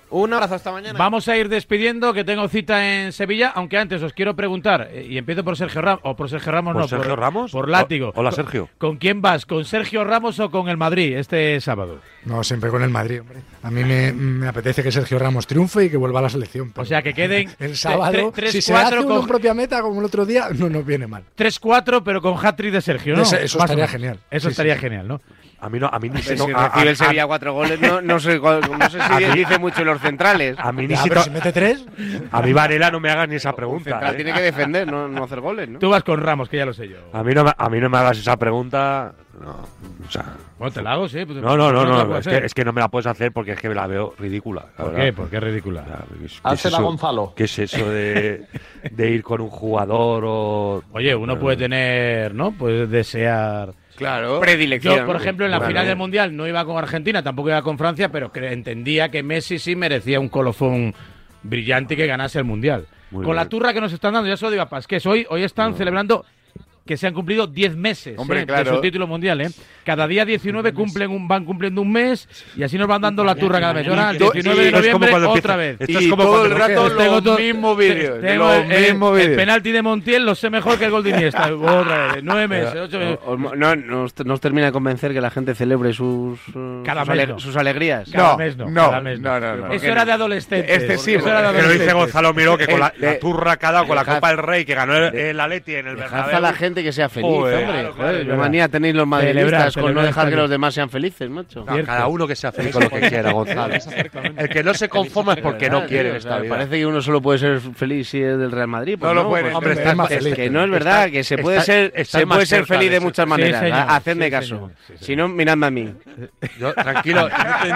Un abrazo, hasta mañana. Vamos a ir despidiendo, que tengo cita en Sevilla, aunque antes os quiero preguntar, eh, y empiezo por Sergio Ramos, o por Sergio Ramos, ¿Por no, Sergio por, Ramos? por Látigo. O- hola, Sergio. ¿Con, ¿Con quién vas? ¿Con Sergio Ramos o con el Madrid este sábado? No, siempre con el Madrid, hombre. A mí me, me apetece que Sergio Ramos triunfe y que vuelva a la selección. O sea, que queden el sábado, tres, si tres, se cuatro hace uno con- en propia meta como el otro día, no nos viene mal. tres cuatro, pero con hat-trick de Sergio, ¿no? Eso- eso Más o estaría menos. genial. Eso Sí, estaría sí, sí. genial, ¿no? A mí no, a mí ni Si no, recibe a- a- el Sevilla a- cuatro goles, no, no sé, cuál- no sé A si mí- dice mucho los centrales. A mí ni Ya, si pero to- si mete tres. A mí Varela no me hagas ni esa Un pregunta. central ¿eh? tiene que defender, no, no hacer goles, ¿no? Tú vas con Ramos, que ya lo sé yo. A mí no, me- a mí no me hagas esa pregunta. No, o sea, Bueno, te la hago, sí. pues- no, no, no, te la no, puedo es, hacer. que, es que no me la puedes hacer porque es que me la veo ridícula. la ¿Por verdad. qué? ¿Por qué es ridícula? O sea, ¿qué es- qué es Házela, eso? Gonzalo. ¿Qué es eso de, de ir con un jugador o...? Oye, uno puede tener, ¿no? Puede desear... Claro. Predilección. Yo, por ejemplo, en la Bueno. final del Mundial no iba con Argentina, tampoco iba con Francia, pero cre- entendía que Messi sí merecía un colofón brillante y que ganase el Mundial. Muy con la bien. turra que nos están dando, ya se lo digo a Pasqués, hoy, hoy están celebrando que se han cumplido diez meses Hombre, ¿eh? claro. de su título mundial. ¿eh? Cada día diecinueve cumplen un, van cumpliendo un mes y así nos van dando la turra cada mes. Y ahora, el diecinueve de Esto es como noviembre, cuando otra empieza- vez. Esto es Y como todo cuando el rato Pues tengo los to- mismos te- vídeos. tengo Los el, el- mismos el vídeos. penalti de Montiel lo sé mejor que el gol de Iniesta. Otra vez, nueve meses, ocho meses. O- o- no, nos, nos termina de convencer que la gente celebre sus, eh, Cada sus, mes ale- no. sus alegrías. Cada No, mes no, no, cada mes no, no, no. Eso era de adolescentes. Excesivo. Eso era de Que lo dice adolescentes. Gonzalo Miró, que con la, la de- turra cada con la dejad- Copa del Rey, que ganó el, el Atleti en el Dejad Bernabéu. a la gente que sea feliz, Joder, hombre. claro, Joder, claro, qué es manía tenéis los Celebrar, madridistas con no celebrar dejar que está los demás sean felices, macho. No, Cierto. cada uno que sea feliz con lo que quiera, Gonzalo. El que no se conforma es porque no ¿Verdad, quiere tío? en O esta sea, vida. parece que uno solo puede ser feliz si es del Real Madrid. Pues No lo puede, pues, hombre, es- estás más es feliz. que no es verdad, que se puede está- ser, estás se más puede ser cerca feliz de de eso. muchas Sí, maneras. señor. Ha- Hacedme Sí, caso. señor. Sí, señor. Si no, miradme a mí. Yo, tranquilo.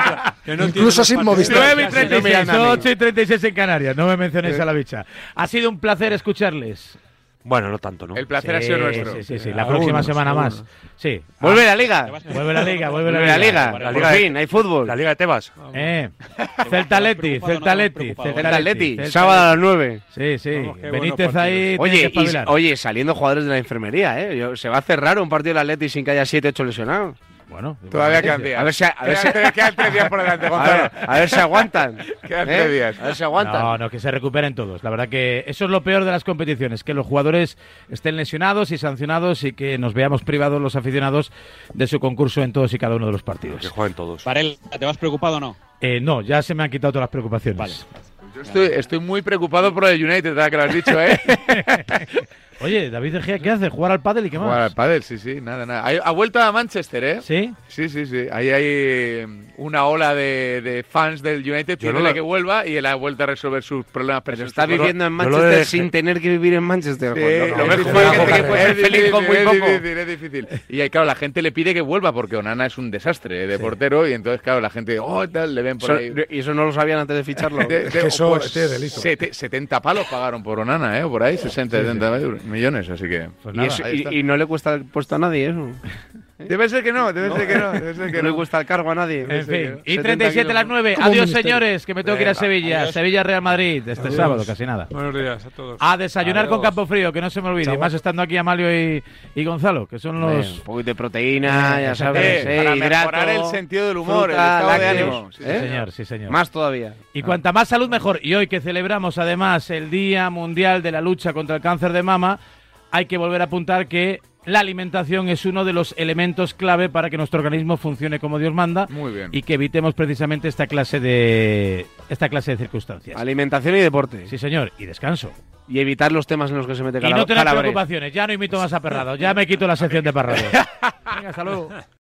Incluso sin Movistar. nueve y No treinta y seis, miradme a mí. ocho y treinta y seis en Canarias. No me mencionéis a la bicha. Ha sido un placer escucharles. Bueno, no tanto, ¿no? El placer ha Sí, sido nuestro. Sí, sí, sí. La A próxima uno, semana a más. uno. Sí. Vuelve la liga. Vuelve la liga, vuelve la Vuelve la liga. liga. La Por liga de- fin, hay fútbol. La Liga de Tebas. Eh. Celta Leti, Celta Leti. Celta Atleti, Celta sábado a Leti. las nueve. Sí, sí. Vamos, qué buenos Benítez ahí. tiene que Oye, y, espabilar. oye, saliendo jugadores de la enfermería, ¿eh? Yo- se va a hacer raro un partido del Atleti sin que haya siete, ocho lesionados. Bueno, Todavía quedan días. A ver si, a ver si, Quedan, quedan tres días por delante, a Gonzalo. ver, a ver si aguantan. Quedan ¿eh? tres días. A ver si aguantan. No, no, que se recuperen todos. La verdad que eso es lo peor de las competiciones, que los jugadores estén lesionados y sancionados y que nos veamos privados los aficionados de su concurso en todos y cada uno de los Que partidos. jueguen todos. Varela, ¿te vas preocupado o no? Eh, no, ya se me han quitado todas las preocupaciones. Vale. Yo estoy, estoy muy preocupado por el United, ¿verdad? Que lo has dicho, ¿eh? Oye, David De Gea, ¿qué hace? ¿Jugar al pádel y qué más? Jugar al pádel, sí, sí, nada, nada. Ha, ha vuelto a Manchester, ¿eh? ¿Sí? Sí, sí, sí. Ahí hay eh, una ola de, de fans del United Yo no pidiéndole lo- que vuelva y él ha vuelto a resolver sus problemas Pero personales. está viviendo en yo lo Manchester de- sin tener que vivir en Manchester. Sí, Joder, lo es ves difícil, jugar, hay gente que puede ser es feliz con muy difícil, poco. Es difícil, es difícil. Y ahí, claro, la gente le pide que vuelva porque Onana es un desastre de portero y entonces, claro, la gente, oh, tal, le ven por Eso- ahí. y eso no lo sabían antes de ficharlo. De- de- Es que eso pues, es de delito. sete- setenta palos pagaron por Onana, ¿eh? O por ahí, sesenta, setenta euros- millones, así que... Pues y, nada, eso- ahí y- está. y no le cuesta el puesto a nadie eso. Debe ser que no, debe ser que no, debe ser que No le no. cuesta el cargo a nadie. En fin, y setenta treinta y siete a las kilos. nueve. Como un Adiós, ministerio. señores, que me tengo que ir a Venga, Sevilla. adiós. Sevilla-Real Madrid, este Adiós. sábado, casi nada. Buenos días a todos. A desayunar Adiós. con Campofrío, que no se me olvide. Chao. Más estando aquí Amalio y, y Gonzalo, que son Hombre, los... un poquito de proteína, ya Eh, sabes. Eh, eh, para hidrato, mejorar el sentido del humor, el fruta, estado de lácteos, ánimo. Sí, Sí, ¿eh? señor, sí, señor. Más todavía. Y cuanta más salud, mejor. Y hoy que celebramos además el Día Mundial de la Lucha contra el Cáncer de Mama, hay que volver a apuntar que la alimentación es uno de los elementos clave para que nuestro organismo funcione como Dios manda. Muy bien. Y que evitemos precisamente esta clase de esta clase de circunstancias. Alimentación y deporte. Sí, señor. Y descanso. Y evitar los temas en los que se mete Y Cala- no tener Calabres. preocupaciones. Ya no imito más a Perrado. Ya me quito la sección de Parrado. Venga, hasta luego.